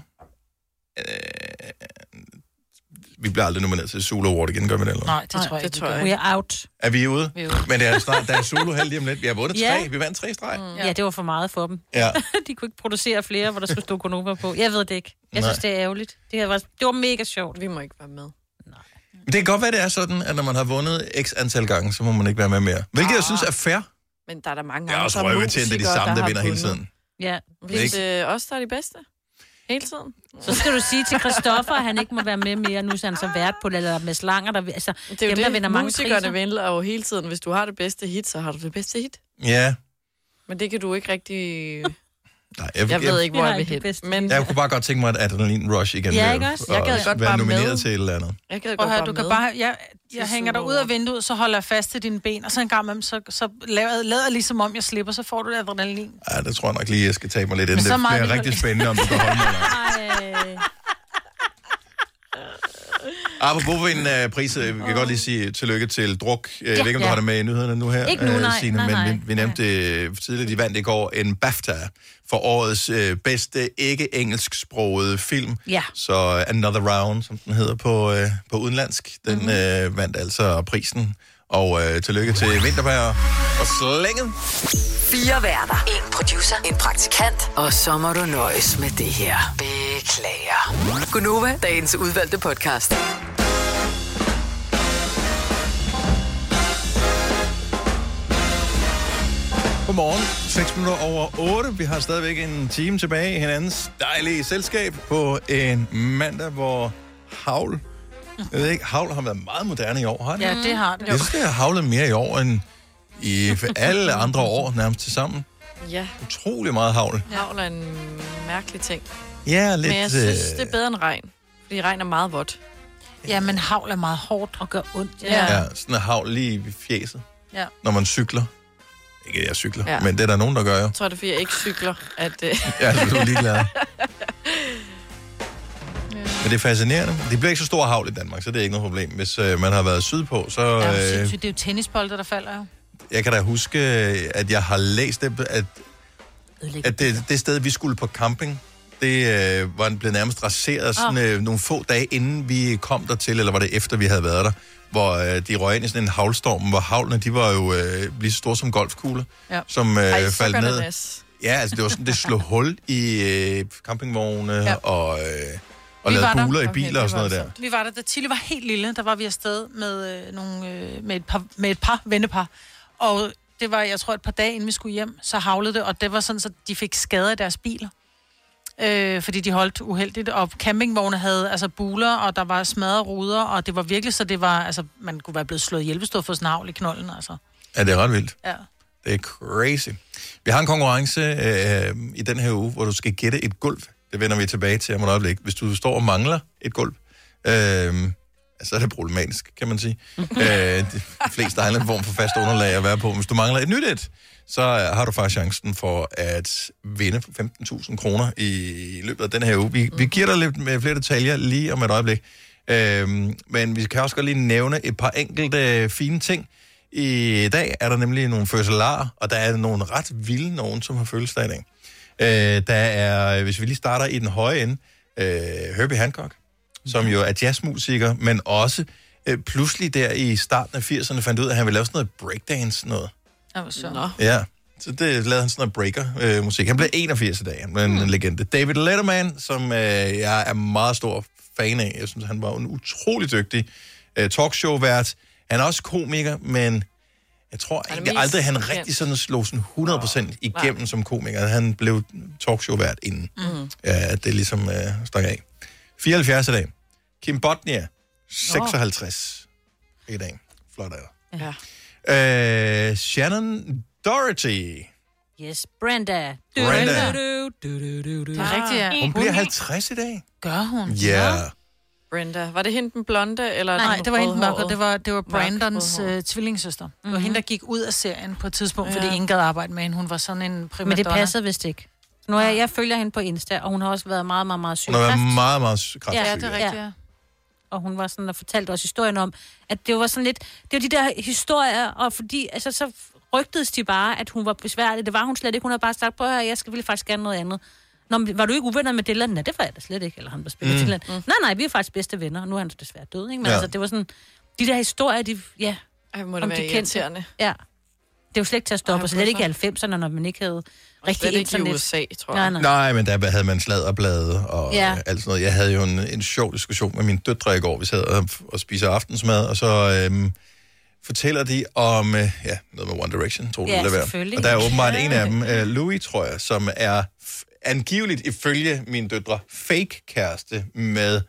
Vi bliver aldrig nomineret til Zulu Award igen, gør vi det? Eller? Nej, det tror jeg ikke. We are out. Er vi ude? Men det er snart, der er Zulu heldig om lidt. Vi har vundet 3. Vi vandt 3 streg. Ja, det var for meget for dem. Ja. De kunne ikke producere flere, hvor der skulle stå Gonova på. Jeg ved det ikke. Jeg synes, det er ærgerligt. Det var mega sjovt. Vi må ikke være med. Det kan godt være, det er sådan, at når man har vundet x antal gange, så må man ikke være med mere. Hvilket jeg synes er fair. Men der er der mange andre musikere, det er de samme, der vinder hele tiden. Ja, hvis også der er de bedste. Hele tiden. Så skal du sige til Christoffer, at han ikke må være med mere, nu er han så vært på det, eller med slanger, der, altså, det er jo dem, der vinder mange musikerne vinder jo hele tiden. Hvis du har det bedste hit, så har du det bedste hit. Ja. Men det kan du ikke rigtig... Nej, jeg ved ikke, hvor jeg vil hen. Men jeg kunne bare godt tænke mig et adrenalin rush igen. Ja, ikke også? Jeg gad godt være nomineret med til et eller andet. Jeg gad godt du kan bare... Jeg hænger dig ud af vinduet, så holder jeg fast til dine ben, og så en gang med så lader jeg ligesom om jeg slipper, så får du det adrenalin. Ja, det tror jeg nok lige, jeg skal tage mig lidt ind. Det bliver rigtig spændende, om du kan holde mig. Apropos en pris, vi kan godt lige sige tillykke til Druk. Jeg ved ikke, om du har det med i nyhederne nu her, ikke nu, nej. men vi nævnte tidligere, de vandt i går en BAFTA for årets bedste ikke-engelsksprogede film. Ja. Så Another Round, som den hedder på udenlandsk, den vandt altså prisen. Og tillykke til Vinterberg og Slænget. 4 værter, 1 producer, 1 praktikant, og så må du nøjes med det her. Beklager. Gunova, dagens udvalgte podcast. Godmorgen, 6 minutter over 8. Vi har stadigvæk en time tilbage i hinandens dejlige selskab på en mandag, hvor havl... Jeg ved ikke, havl har været meget moderne i år, har det? Ja, det har det. Jeg synes, det har havlet mere i år end i alle andre år nærmest til sammen. Ja. Utrolig meget havl. Havl er en mærkelig ting. Ja, lidt... Men jeg synes, det er bedre end regn. Fordi regn er meget vådt. Ja, men havl er meget hårdt og gør ondt. Ja, sådan en havl lige i fjeset. Ja. Når man cykler. Ikke, jeg cykler, men det er der nogen, der gør jo. Jeg tror, det er, fordi jeg ikke cykler, at... Ja, så du er ligeglad. Men det er fascinerende. Det bliver ikke så stor havl i Danmark, så det er ikke noget problem. Hvis man har været sydpå, så... det er jo tennisbolde, der falder jo. Jeg kan da huske, at jeg har læst det, at det sted, vi skulle på camping, det var blevet nærmest raseret sådan, nogle få dage, inden vi kom dertil, eller var det efter, vi havde været der, hvor de røg ind i sådan en havlstorm, hvor havlene, de var jo lige så store som golfkugler, som faldt ned. Ja, altså det var sådan, det slog hul i campingvogne og lavede buler i biler og sådan noget der. Vi var der, da Tilly var helt lille, der var vi afsted med et par vennepar, og det var, jeg tror, et par dage inden vi skulle hjem, så havlede det, og det var sådan, så de fik skader i deres biler. Fordi de holdt uheldigt, og campingvogne havde altså buler, og der var smadrede ruder, og det var virkelig, så det var, altså, man kunne være blevet slået hjælpestået for sådan en havl i knolden, altså. Ja, det er ret vildt. Ja. Det er crazy. Vi har en konkurrence i den her uge, hvor du skal gætte et gulv. Det vender vi tilbage til om et øjeblik. Hvis du står og mangler et gulv, så er det problematisk, kan man sige. De fleste har en form for fast underlag at være på. Hvis du mangler et nyt et, så har du faktisk chancen for at vinde 15.000 kroner i løbet af den her uge. Vi giver dig lidt med flere detaljer lige om et øjeblik. Men vi kan også godt lige nævne et par enkelte fine ting. I dag er der nemlig nogle fødselarer, og der er nogle ret vilde nogen, som har fødselsdag i dag. Der er, hvis vi lige starter i den høje ende, Herbie Hancock, som jo er jazzmusiker, men også pludselig der i starten af 80'erne fandt ud af, at han ville lave sådan noget breakdance noget. Ja, så det lavede han sådan noget breaker-musik. Han blev 81 i dag, han blev en legende. David Letterman, som jeg er meget stor fan af. Jeg synes, han var en utrolig dygtig talkshow-vært. Han er også komiker, men jeg tror aldrig, han rigtig sådan slog sådan 100% igennem som komiker. Han blev talkshow-vært inden. Ja, det ligesom stak af. 74 i dag. Kim Bodnia, 56 i dag. Flot af dig. Ja. Shannon Doherty, Yes, Brenda. Det er rigtigt, ja. Hun bliver 50 i dag. Gør hun? Ja. Brenda. Var det hende den blonde, eller? Nej, det var hende mørke. Det var Brandons tvillingssøster. Det var hende, der gik ud af serien på et tidspunkt, fordi ingen gad arbejde med hende. Hun var sådan en primadonna. Men det passede vist ikke. Nu jeg følger hende på Insta, og hun har også været meget, meget, meget syg. Hun har været meget, meget kræftsyg. Ja, det er rigtigt, ja. Og hun var sådan, og fortalte også historien om, at det var sådan lidt, det var de der historier, og fordi, altså så rygtedes de bare, at hun var besværlig. Det var hun slet ikke. Hun havde bare sagt, jeg ville faktisk gerne noget andet. Nå, var du ikke uvenner med Dylan? Nej, det var jeg da slet ikke. Eller han var spillet Dylan. Nej, vi er faktisk bedste venner, og nu er han desværre død, ikke? Men altså, det var sådan, de der historier, må det være irriterende. Ja. Det er jo slet ikke til at stoppe, og slet ikke i 90'erne, når man ikke havde rigtig internet. Ikke i USA, tror jeg. Nej, men der havde man sladderblade og alt sådan noget. Jeg havde jo en sjov diskussion med mine døtre i går. Vi sad og spiser aftensmad, og så fortæller de om noget med One Direction, tror du, det være. Og der er åbenbart en af dem, Louis, tror jeg, som er angiveligt ifølge mine døtre fake kæreste med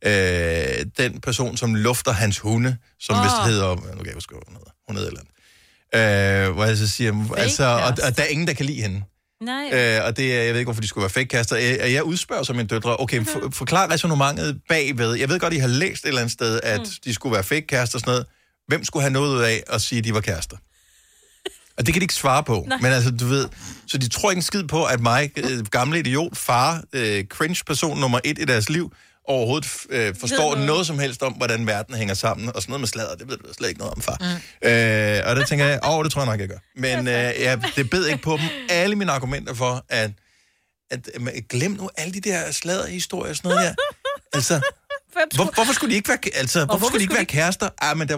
den person, som lufter hans hunde, som vist hedder, nu kan jeg huske, hvad hun hedder et eller andet. Hvor jeg så siger, altså, og der er ingen, der kan lide hende. Nej. Og det er, jeg ved ikke, hvorfor de skulle være fake-kaster. Jeg udspørger så mine døtre, okay, forklar resonemanget bagved. Jeg ved godt, I har læst et eller andet sted, at de skulle være fake-kaster og sådan noget. Hvem skulle have noget ud af at sige, at de var kærester? Og det kan de ikke svare på. Nej. Men altså, du ved, så de tror ikke en skid på, at mig, gamle idiot, far, cringe-person nummer 1 i deres liv, overhovedet forstår noget som helst om, hvordan verden hænger sammen, og sådan noget med sladder, det ved du slet ikke noget om, far. Og der tænker jeg, det tror jeg nok, jeg gør. Men det bed ikke på dem. Alle mine argumenter for, at glem nu alle de der sladderhistorier og sådan noget her. Altså, hvorfor skulle de ikke være, hvorfor skulle de ikke være kærester? Men der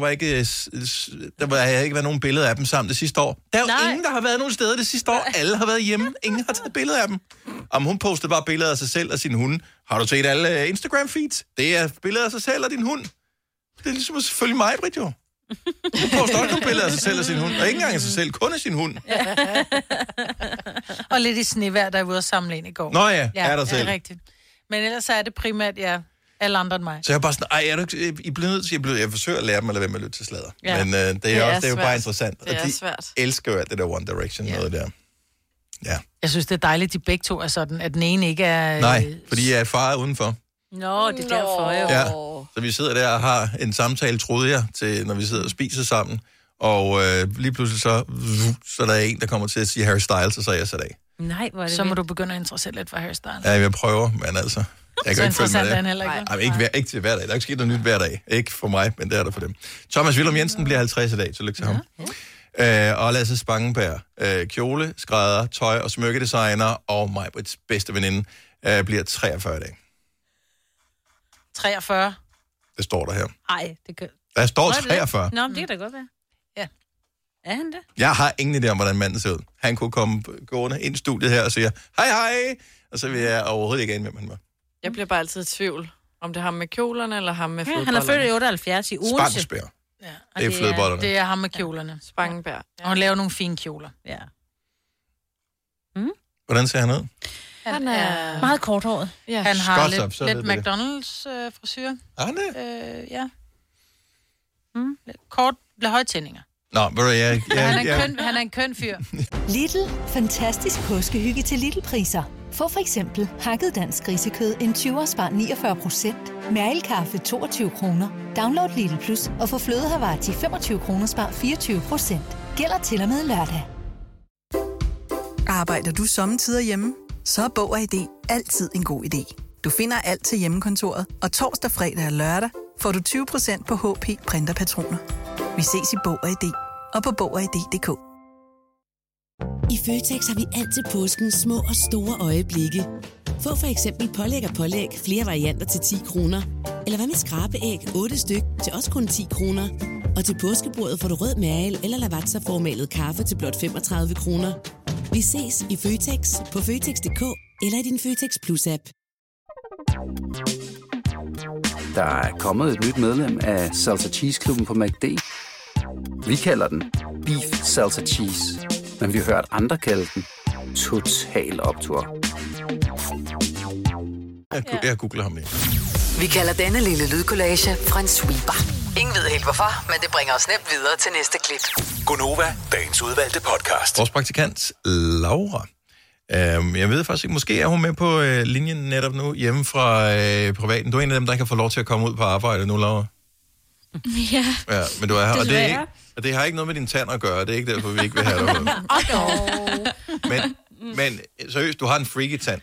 har ikke været nogen billeder af dem sammen det sidste år. Der er jo ingen, der har været nogen steder det sidste år. Alle har været hjemme. Ingen har taget billeder af dem. Om hun postede bare billeder af sig selv og sin hund. Har du set alle Instagram-feeds? Det er billeder af sig selv og din hund. Det er ligesom selvfølgelig mig, Britt, jo. Hun poster også nogle billeder af sig selv og sin hund. Og ikke engang af sig selv, kun af sin hund. Og lidt i snevejr, der er ude at samle ind i går. Nå ja, er der selv. Det er rigtigt. Men ellers er det primært, alle andre end mig. Så jeg er bare sådan, er du ikke, I bliver nødt til, jeg forsøger at lære dem at lade være med at lytte til sladder. Ja. Men det er jo bare interessant. Det er svært. Og de elsker jo det der One Direction noget der. Ja. Jeg synes, det er dejligt, de begge to er sådan, at den ene ikke er... Nej, fordi jeg er far udenfor. Nå, det er derfor jo. Ja, så vi sidder der og har en samtale, troede jeg, til, når vi sidder og spiser sammen. Og lige pludselig så er der en, der kommer til at sige Harry Styles, og så er jeg sat af. Nej, hvor er det så må du begynde at interessere lidt for Harry Styles. Ja, jeg prøver, men altså... Jeg kan ikke følge med det. Ikke til hver dag. Der er ikke sket noget nyt hver dag. Ikke for mig, men det er der for dem. Thomas Willum Jensen bliver 50 i dag, så lykke til ham. Og Lasse Spangenberg, kjole, skrædder, tøj og smykkedesigner, og Majbrits bedste veninde, bliver 43 i dag. 43? Det står der her. Nej, det gør... Der står 43. Nå, det kan da godt være. Ja. Er han det? Jeg har ingen idé om, hvordan manden ser ud. Han kunne komme gående ind i studiet her og sige, hej, og så vil jeg overhovedet ikke ane, hvem han var. Jeg bliver bare altid i tvivl, om det er ham med kjolerne, eller ham med flødebollerne. Han er født i 78 i Odense. Spangenberg. Ja, det er flødebollerne. Det er ham med kjolerne. Spangenberg. Og han laver nogle fine kjoler. Ja. Hvordan ser han ud? Han er meget korthåret. Ja. Han har lidt McDonald's frisyr. Er han det? Ja. Lidt kort, lidt høje tændinger. Nå, han er en køn fyr. Lidl. Fantastisk påskehygge til Lidl-priser. Få for eksempel hakket dansk grisekød en 20'er spar 49%. Mærelkaffe 22 kroner. Download Lidl Plus og få flødehavarti 25 kroner spar 24%. Gælder til og med lørdag. Arbejder du sommetider hjemme? Så er Bog og ID altid en god idé. Du finder alt til hjemmekontoret, og torsdag, fredag og lørdag får du 20% på HP printerpatroner. Vi ses i Bog og ID og på Bog og ID.dk. I Føtex har vi altid påskens små og store øjeblikke. Få for eksempel pålæg flere varianter til 10 kroner. Eller hvad med skrabeæg 8 styk til også kun 10 kroner. Og til påskebordet får du rød mal eller lavatserformalet kaffe til blot 35 kroner. Vi ses i Føtex på Føtex.dk eller i din Føtex Plus-app. Der er kommet et nyt medlem af Salsa Cheese Klubben på McD. Vi kalder den Beef Salsa Cheese, men vi har hørt andre kalde den Total Optur. Jeg googler ham lige. Vi kalder denne lille lydkollage en sweeper. Ingen ved helt hvorfor, men det bringer os nemt videre til næste klip. Gonova, dagens udvalgte podcast. Vores praktikant, Laura. Jeg ved faktisk ikke, måske er hun med på linjen netop nu, hjemme fra privaten. Du er en af dem, der ikke kan få lov til at komme ud på arbejde nu, Laura. Ja. Ja, men du er her, og det har ikke noget med din tand at gøre. Det er ikke derfor, vi ikke vil have dig. Men seriøst, du har en freaky tand.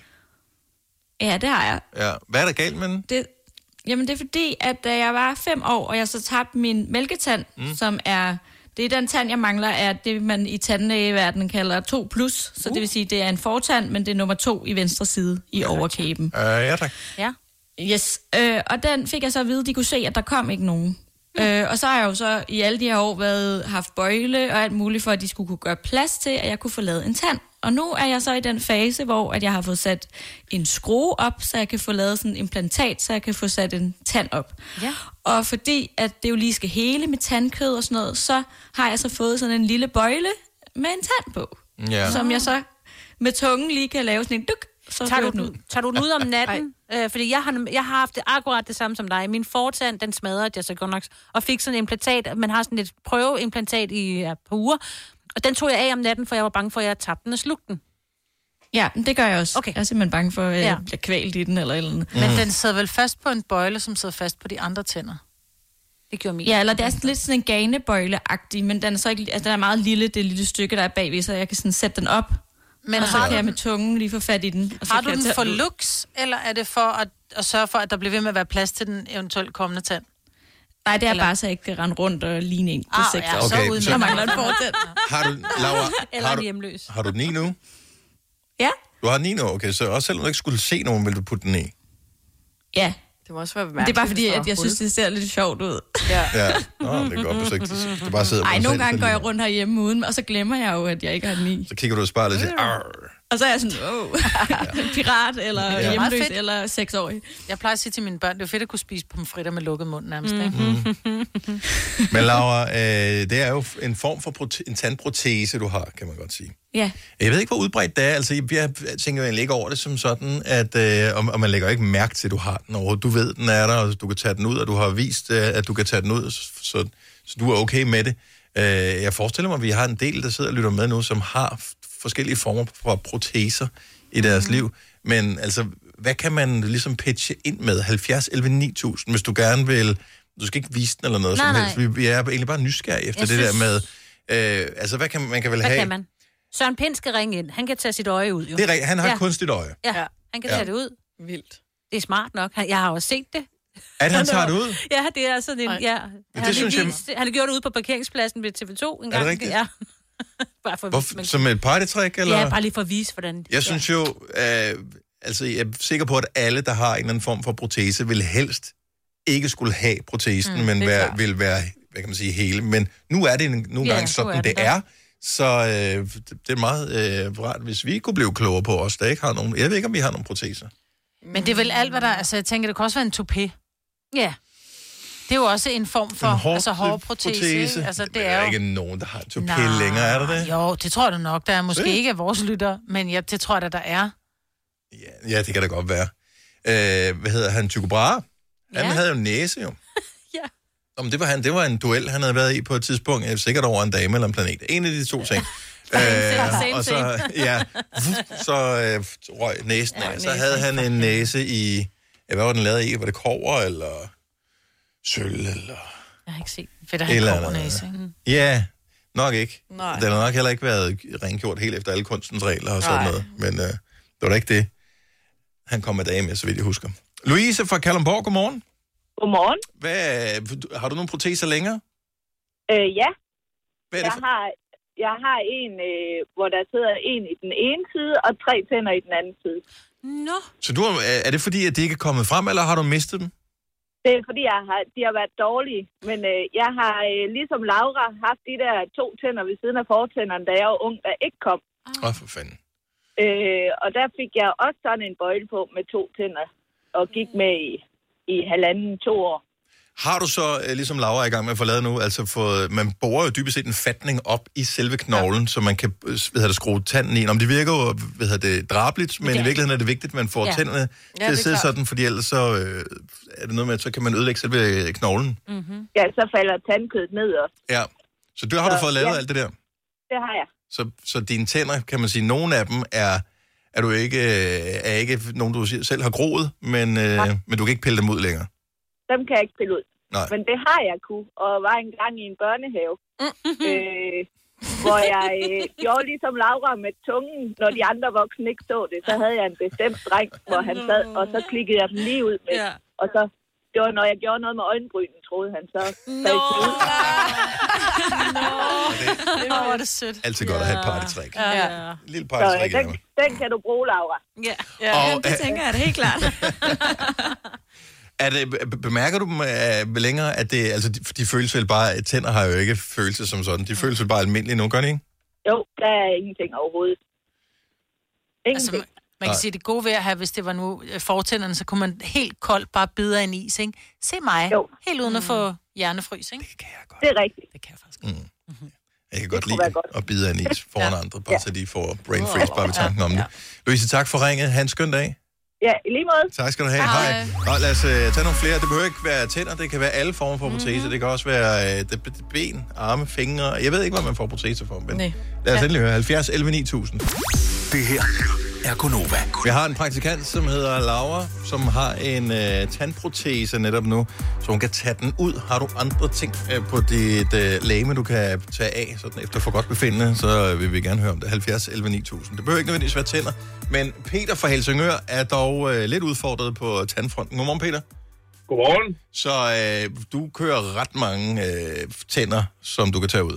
Ja, det har jeg. Ja. Hvad er der galt med den? Jamen, det er fordi, at da jeg var 5 år, og jeg så tabte min mælketand, som er... Det er den tand, jeg mangler, er det, man i tandlægeverdenen kalder 2+. Så det vil sige, det er en fortand, men det er nummer 2 i venstre side i overkæben. Ja, tak. Ja. Yes. Og den fik jeg så at vide, de kunne se, at der kom ikke nogen. Og så har jeg jo så i alle de her år haft bøjle og alt muligt, for at de skulle kunne gøre plads til, at jeg kunne få lavet en tand. Og nu er jeg så i den fase, hvor at jeg har fået sat en skrue op, så jeg kan få lavet sådan en implantat, så jeg kan få sat en tand op. Ja. Og fordi at det jo lige skal hele med tandkød og sådan noget, så har jeg så fået sådan en lille bøjle med en tand på. Ja. Som jeg så med tungen lige kan lave sådan en duk, så tager du den ud om natten? Fordi jeg har haft det akkurat det samme som dig. Min fortand, den smadrede jeg så godt nok, og fik sådan en implantat. Man har sådan et prøveimplantat i på uger, og den tog jeg af om natten, for jeg var bange for, at jeg tabte den og slugte den. Ja, det gør jeg også. Okay. Jeg er simpelthen bange for, at jeg bliver kvalt i den eller andet. Men den sidder vel fast på en bøjle, som sidder fast på de andre tænder? Det gjorde min. Ja, eller det er sådan lidt sådan en ganebøjle-agtig, men den er så ikke, altså den er meget lille, det lille stykke, der er bagved, så jeg kan sådan sætte den op. Men og så kan jeg med tungen lige få fat i den. Og så har du den for lux, eller er det for at sørge for, at der bliver ved med at være plads til den eventuelt kommende tand? Nej, det er bare så jeg ikke kan rende rundt og ligne en på 6 år. Okay, så uden der mangler en fortand. Har du, Laura, eller en hjemløs. Har du den i nu? Ja. Du har den i nu, okay, så også selvom du ikke skulle se nogen, vil du putte den i? Ja. Det må også være det er bare fordi, at jeg synes, det ser lidt sjovt ud. Ja. Nå, det er godt, hvis ikke du bare sidder. Ej, nogle gange går jeg rundt herhjemme uden, og så glemmer jeg jo, at jeg ikke har den i. Så kigger du og sparer lidt og siger, og så er jeg sådan, pirat, eller hjemløs, eller 6-årig. Jeg plejer at sige til mine børn, det er fedt at kunne spise pomfritter med lukket mund nærmest, ikke? Men Laura, det er jo en form for en tandprotese, du har, kan man godt sige. Ja. Jeg ved ikke, hvor udbredt det er. Altså, jeg tænker jo egentlig ikke over det som sådan, at og man lægger ikke mærke til, at du har den overhovedet. Du ved, den er der, og du kan tage den ud, og du har vist, at du kan tage den ud, så du er okay med det. Jeg forestiller mig, at vi har en del, der sidder og lytter med nu, som har forskellige former for proteser i deres liv. Men altså, hvad kan man ligesom pitche ind med? 70, 11, 9000, hvis du gerne vil... Du skal ikke vise den eller noget som helst. Vi er egentlig bare nysgerrige efter der med... altså, hvad kan man kan vel have... Kan man? Søren Pind skal ringe ind. Han kan tage sit øje ud, jo. Det er rigtigt. Han har kunstigt øje. Ja, han kan tage det ud. Vildt. Det er smart nok. Jeg har også set det. At han tager det ud? Ja, det er sådan en... Ja. Han har gjort det ude på parkeringspladsen ved TV2 en gang. Er det rigtigt? Ja. Bare for som et partytrick, eller? Ja, bare lige for at vise, hvordan... Jeg synes jo... altså, jeg er sikker på, at alle, der har en eller anden form for protese, vil helst ikke skulle have protesen, men vil være, hvad kan man sige, hele. Men nu er det nogle gange sådan, det er. Så det er meget rart, hvis vi kunne blive klogere på os, der ikke har nogen... Jeg ved ikke, om vi har nogle proteser. Men det er vel alt, hvad der... Altså, jeg tænker, det kan også være en toupé. Ja. Det er jo også en form for hårprotese. Altså, det er jo ikke nogen, der har en toupé længere, er der det? Jo, det tror jeg nok. Der er måske ikke af vores lytter, men det tror jeg, der er. Ja, det kan da godt være. Hvad hedder han? Tycho Brahe? Han havde jo næse, jo. Ja. Om det var en duel, han havde været i på et tidspunkt, sikkert over en dame eller en planet. En af de to ting. Og så, røg næsen af. Så havde han en næse i, hvad var den lavet i? Var det kobber, eller sølv, eller... Jeg har ikke set. Fedt at have kobbernæse, ikke? Ja, nok ikke. Nej. Den har nok heller ikke været rengjort helt efter alle kunstens regler og sådan noget. Men det var da ikke det, han kom med dage med, så vidt jeg husker. Louise fra Kalundborg, godmorgen. Godmorgen. Har du nogle proteser længere? Ja. Hvad er det for? Jeg har en, hvor der sidder en i den ene side, og 3 tænder i den anden side. Nå. Så er det fordi, at de ikke er kommet frem, eller har du mistet dem? Det er fordi, de har været dårlige. Men jeg har, ligesom Laura, haft de der 2 tænder ved siden af fortænderne, da jeg var ung, der ikke kom. For fanden. Og der fik jeg også sådan en bøjle på med 2 tænder, og gik med i 1,5-2 år. Har du så, ligesom Laura er i gang med at få lavet nu, altså man borer jo dybest set en fatning op i selve knoglen, så man kan skrue tanden i. Om det virker jo drabeligt, men i virkeligheden er det vigtigt, at man får tænderne til at sidde sådan, fordi ellers så er det noget med, at så kan man ødelægge selve knoglen. Mm-hmm. Ja, så falder tandkødet ned også. Ja, så har du fået lavet alt det der? Det har jeg. Så dine tænder, kan man sige, nogle af dem er du ikke, er ikke nogen, du selv har groet, men du kan ikke pille dem ud længere? Dem kan jeg ikke pille ud. Nej. Men det har jeg kunne, og var engang i en børnehave, hvor jeg gjorde ligesom Laura med tungen, når de andre voksne ikke så det. Så havde jeg en bestemt dreng, hvor han sad, og så klikkede jeg dem lige ud med. Ja. Og så, det var, når jeg gjorde noget med øjenbrynen, troede han så. Det var det sødt. Altid godt at have et partytrik. Ja. En lille partytrik. Den kan du bruge, Laura. Ja, det tænker jeg, det helt klart. Bemærker du dem længere, at det, altså de føles vel bare, tænder har jo ikke følelser som sådan, de føles vel bare almindelige nu, gør de ikke? Jo, der er ingenting overhovedet. Ingenting. Altså, man kan sige, det gode ved at have, hvis det var nu fortænderne, så kunne man helt koldt bare bide af en is, ikke? Se mig, helt uden at få hjernefrys, ikke? Det kan jeg godt. Det er rigtigt. Det kan jeg faktisk godt. Mm-hmm. Jeg kan godt lide at bide af en is foran andre, bare så de får brain freeze bare ved tanken om det. Louise, tak for ringet. Ha' en skøn dag. Ja, i lige måde. Tak skal du have. Hej. Og lad os tage nogle flere. Det behøver ikke være tænder, det kan være alle former for protese. Det kan også være ben, arme, fingre. Jeg ved ikke, hvad man får protese for, men lad os endelig høre. 70 11 9000. Det her er Gonova. Vi har en praktikant, som hedder Laura, som har en tandprotese netop nu, så hun kan tage den ud. Har du andre ting på dit legeme, du kan tage af, sådan efter for godt befindende, så vil vi gerne høre om det. 70 11 9000. Det behøver ikke nødvendigvis være tænder, men Peter fra Helsingør er dog lidt udfordret på tandfronten. Godmorgen, Peter. Godmorgen. Så du kører ret mange tænder, som du kan tage ud.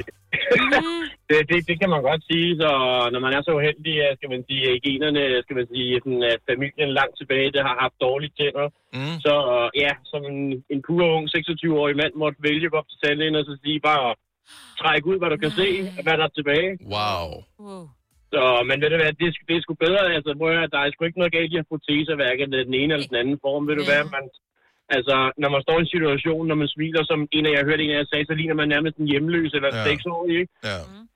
Det kan man godt sige, så når man er så uheldig, skal man sige, generne, skal man sige, sådan, at familien langt tilbage, det har haft dårlige tænder. Så som en pur ung 26-årig mand måtte vælge op til tandlægen og så sige, bare træk ud, hvad du kan se, hvad der er tilbage. Wow. Så, men ved du hvad, det er sgu bedre, altså, der er sgu ikke noget galt i at protese, hverken den ene eller den anden form, ved du hvad, altså, når man står i en situation, når man smiler, som jeg hørte en af jer sagde, så ligner man nærmest en hjemløs eller 6-årig, ikke? Ja.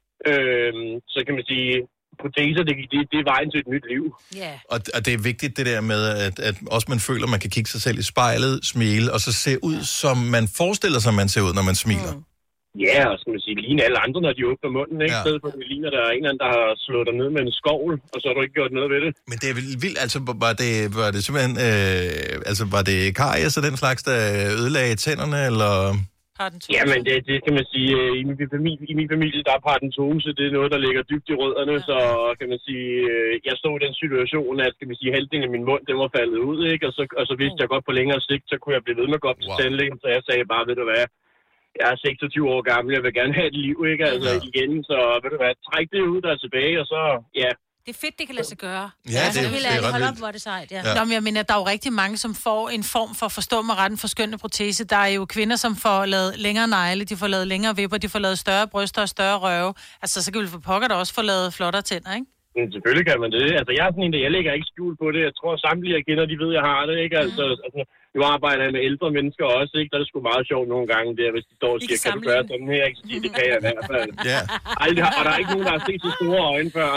Så kan man sige, proteser, det er vejen til et nyt liv. Yeah. Og det er vigtigt det der med, at også man føler, at man kan kigge sig selv i spejlet, smile, og så se ud, som man forestiller sig, man ser ud, når man smiler. Ja, og skal man sige, ligne alle andre, når de åbner munden, ikke? I stedet for, at det ligner, der er en eller anden, der har slået dig ned med en skovl, og så har du ikke gjort noget ved det. Men det er vildt, altså var det simpelthen, var det karies og den slags, der ødelagde tænderne, eller... Ja, men det kan man sige, i min familie, der er paradentose, det er noget, der ligger dybt i rødderne, så kan man sige, jeg stod i den situation, at skal man sige, halvdelen af min mund, den var faldet ud, ikke? Og så vidste jeg godt på længere sigt, så kunne jeg blive ved med at gå op til tandlægen, så jeg sagde bare, ved du hvad, jeg er 26 år gammel, jeg vil gerne have et liv, ikke? Altså igen, så ved du hvad, træk det ud, der er tilbage, og så, Det er fedt, det kan lade sig gøre. Ja, det er ret vildt. Hold op, hvor det sejt, Nå, men jeg mener, der er jo rigtig mange, som får en form for, forstå mig ret, en forskønnende protese. Der er jo kvinder, som får lavet længere negle, de får lavet længere vipper, de får lavet større bryster og større røve. Altså, så kan vi for pokker der også få lavet flottere tænder, ikke? Selvfølgelig kan man det. Altså, jeg er sådan en, jeg lægger ikke skjul på det. Jeg tror, samtlige jeg kender, de ved, jeg har det, ikke? Altså, nu arbejder jeg med ældre mennesker også, ikke? Der er det sgu meget sjovt nogle gange, der, hvis de står og siger, kan du gøre sådan her? Ikke? Så siger, det kan jeg i hvert fald. Ja. Og der er ikke nogen, der har set så store øjne før.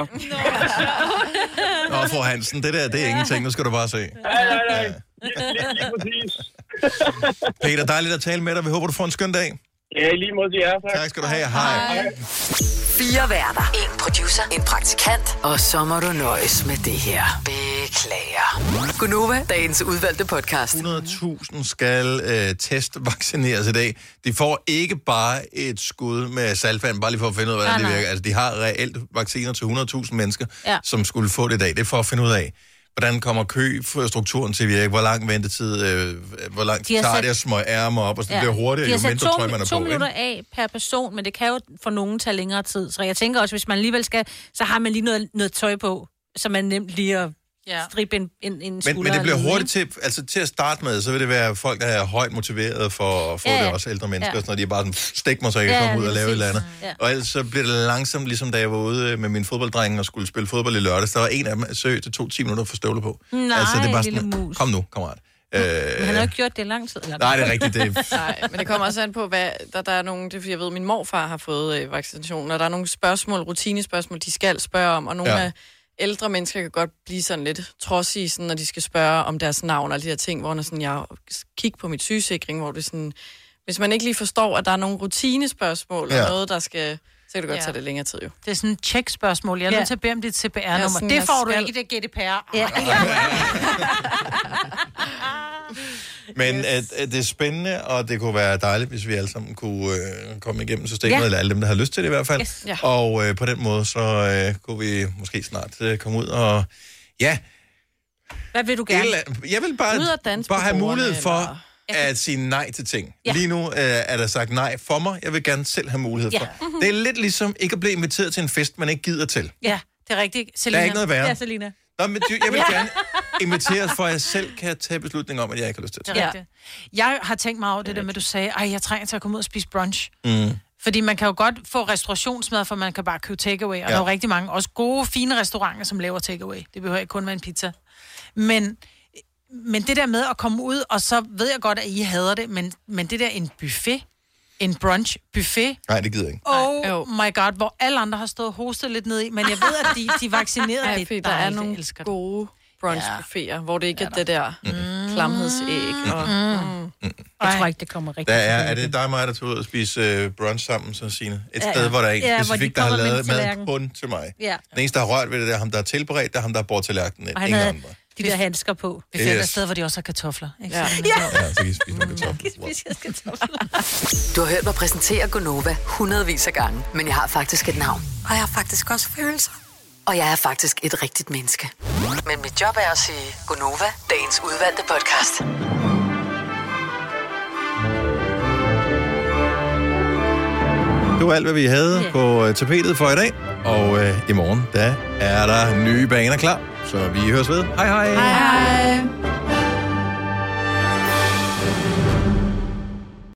Nå, fru Hansen, det er ingenting. Nu skal du bare se. Nej. Lige præcis. Peter, dejligt at tale med dig. Vi håber, du får en skøn dag. Ja, i lige måde, ja. Tak skal du have. Hej. 4 værter. 1 producer. 1 praktikant. Og så må du nøjes med det her. Beklager. Gonova, dagens udvalgte podcast. 100.000 skal testvaccineres i dag. De får ikke bare et skud med saltvand, bare lige for at finde ud af, hvordan det virker. Altså, de har reelt vacciner til 100.000 mennesker, som skulle få det i dag. Det er for at finde ud af, hvordan kommer køstrukturen til at virke, hvor lang ventetid, hvor lang tid tager det at smøge ærmer op, og så det bliver hurtigere, jo mindre trøj man er på. 2 minutter af per person, men det kan jo for nogen tage længere tid. Så jeg tænker også, hvis man alligevel skal, så har man lige noget tøj på, så man nemt lige at stribe en skulder. Men det bliver hurtigt til at starte med, så vil det være folk, der er højt motiveret for at få det, også ældre mennesker, når de er bare sådan, stik mig, så jeg kan komme ud og lave et eller andet. Ja. Og ellers så bliver det langsomt, ligesom da jeg var ude med mine fodbolddrenge og skulle spille fodbold i lørdags. Der var en af dem, søg til 10 minutter for støvler på. Nej, altså, det er bare sådan, kom nu, kammerat. Men han har jo ikke gjort det i lang tid. Eller? Nej, det er rigtigt. Nej, men det kommer også an på, hvad der er nogle... Det er, fordi jeg ved, at min morfar har fået vaccinationen, og der er nogle spørgsmål, rutinespørgsmål, de skal spørge om, og nogle af ældre mennesker kan godt blive sådan lidt trodsige, sådan, når de skal spørge om deres navn og de her ting, hvor sådan, jeg kigger på mit sygesikring, hvor det sådan... Hvis man ikke lige forstår, at der er nogle rutinespørgsmål, og noget, der skal... Så kan det godt tage det længere tid, jo. Det er sådan et tjekspørgsmål. Jeg er nødt til at bede om dit CPR-nummer. Det får du ikke, det GDPR. Ja. Men det er spændende, og det kunne være dejligt, hvis vi alle sammen kunne komme igennem systemet, eller alle dem, der har lyst til det i hvert fald. Yes. Ja. Og på den måde, så kunne vi måske snart komme ud og... Ja. Hvad vil du gerne? Jeg vil bare have mulighed for... at sige nej til ting. Ja. Lige nu er der sagt nej for mig. Jeg vil gerne selv have mulighed for. Mm-hmm. Det er lidt ligesom ikke at blive inviteret til en fest, man ikke gider til. Ja, det er rigtigt. Selina. Der er ikke noget værre. Ja, Selina. Nå, men jeg vil gerne inviteres, for at jeg selv kan tage beslutning om, at jeg ikke har lyst til det. Det er rigtigt. Jeg har tænkt mig over det der med, at du sagde, jeg trænger til at komme ud og spise brunch. Mm. Fordi man kan jo godt få restaurationsmad, for man kan bare købe takeaway. Og der er jo rigtig mange, også gode, fine restauranter, som laver takeaway. Det behøver ikke kun være en pizza. Men det der med at komme ud, og så ved jeg godt, at I hader det, men det der en buffet, en brunch buffet. Nej, det gider jeg ikke. Oh my god, hvor alle andre har stået og hostet lidt ned i, men jeg ved, at de er vaccineret. Det der er nogle gode brunchbuffeter, hvor det ikke er det der klamhedsæg. Jeg tror ikke, det kommer rigtigt. Er det dig og mig, der tog ud og spise brunch sammen, så Signe? Et sted, hvor der er en specifikt, der har lavet mad kun til mig. Ja. Den eneste, der har rørt ved det, er ham, der er tilberedt, det er ham, der har bort tallerkenen. Ingen andre. De der handsker på. Vi finder et sted, hvor de også har kartofler. Ikke? Ja, så kan I spise nogle kartofler. Du har hørt mig præsentere Gonova hundredvis af gange, men jeg har faktisk et navn. Og jeg har faktisk også følelser. Og jeg er faktisk et rigtigt menneske. Men mit job er at sige Gonova, dagens udvalgte podcast. Det var alt, hvad vi havde på tapetet for i dag. Og i morgen, der er der nye baner klar. Så vi høres ved. Hej hej. Hej hej.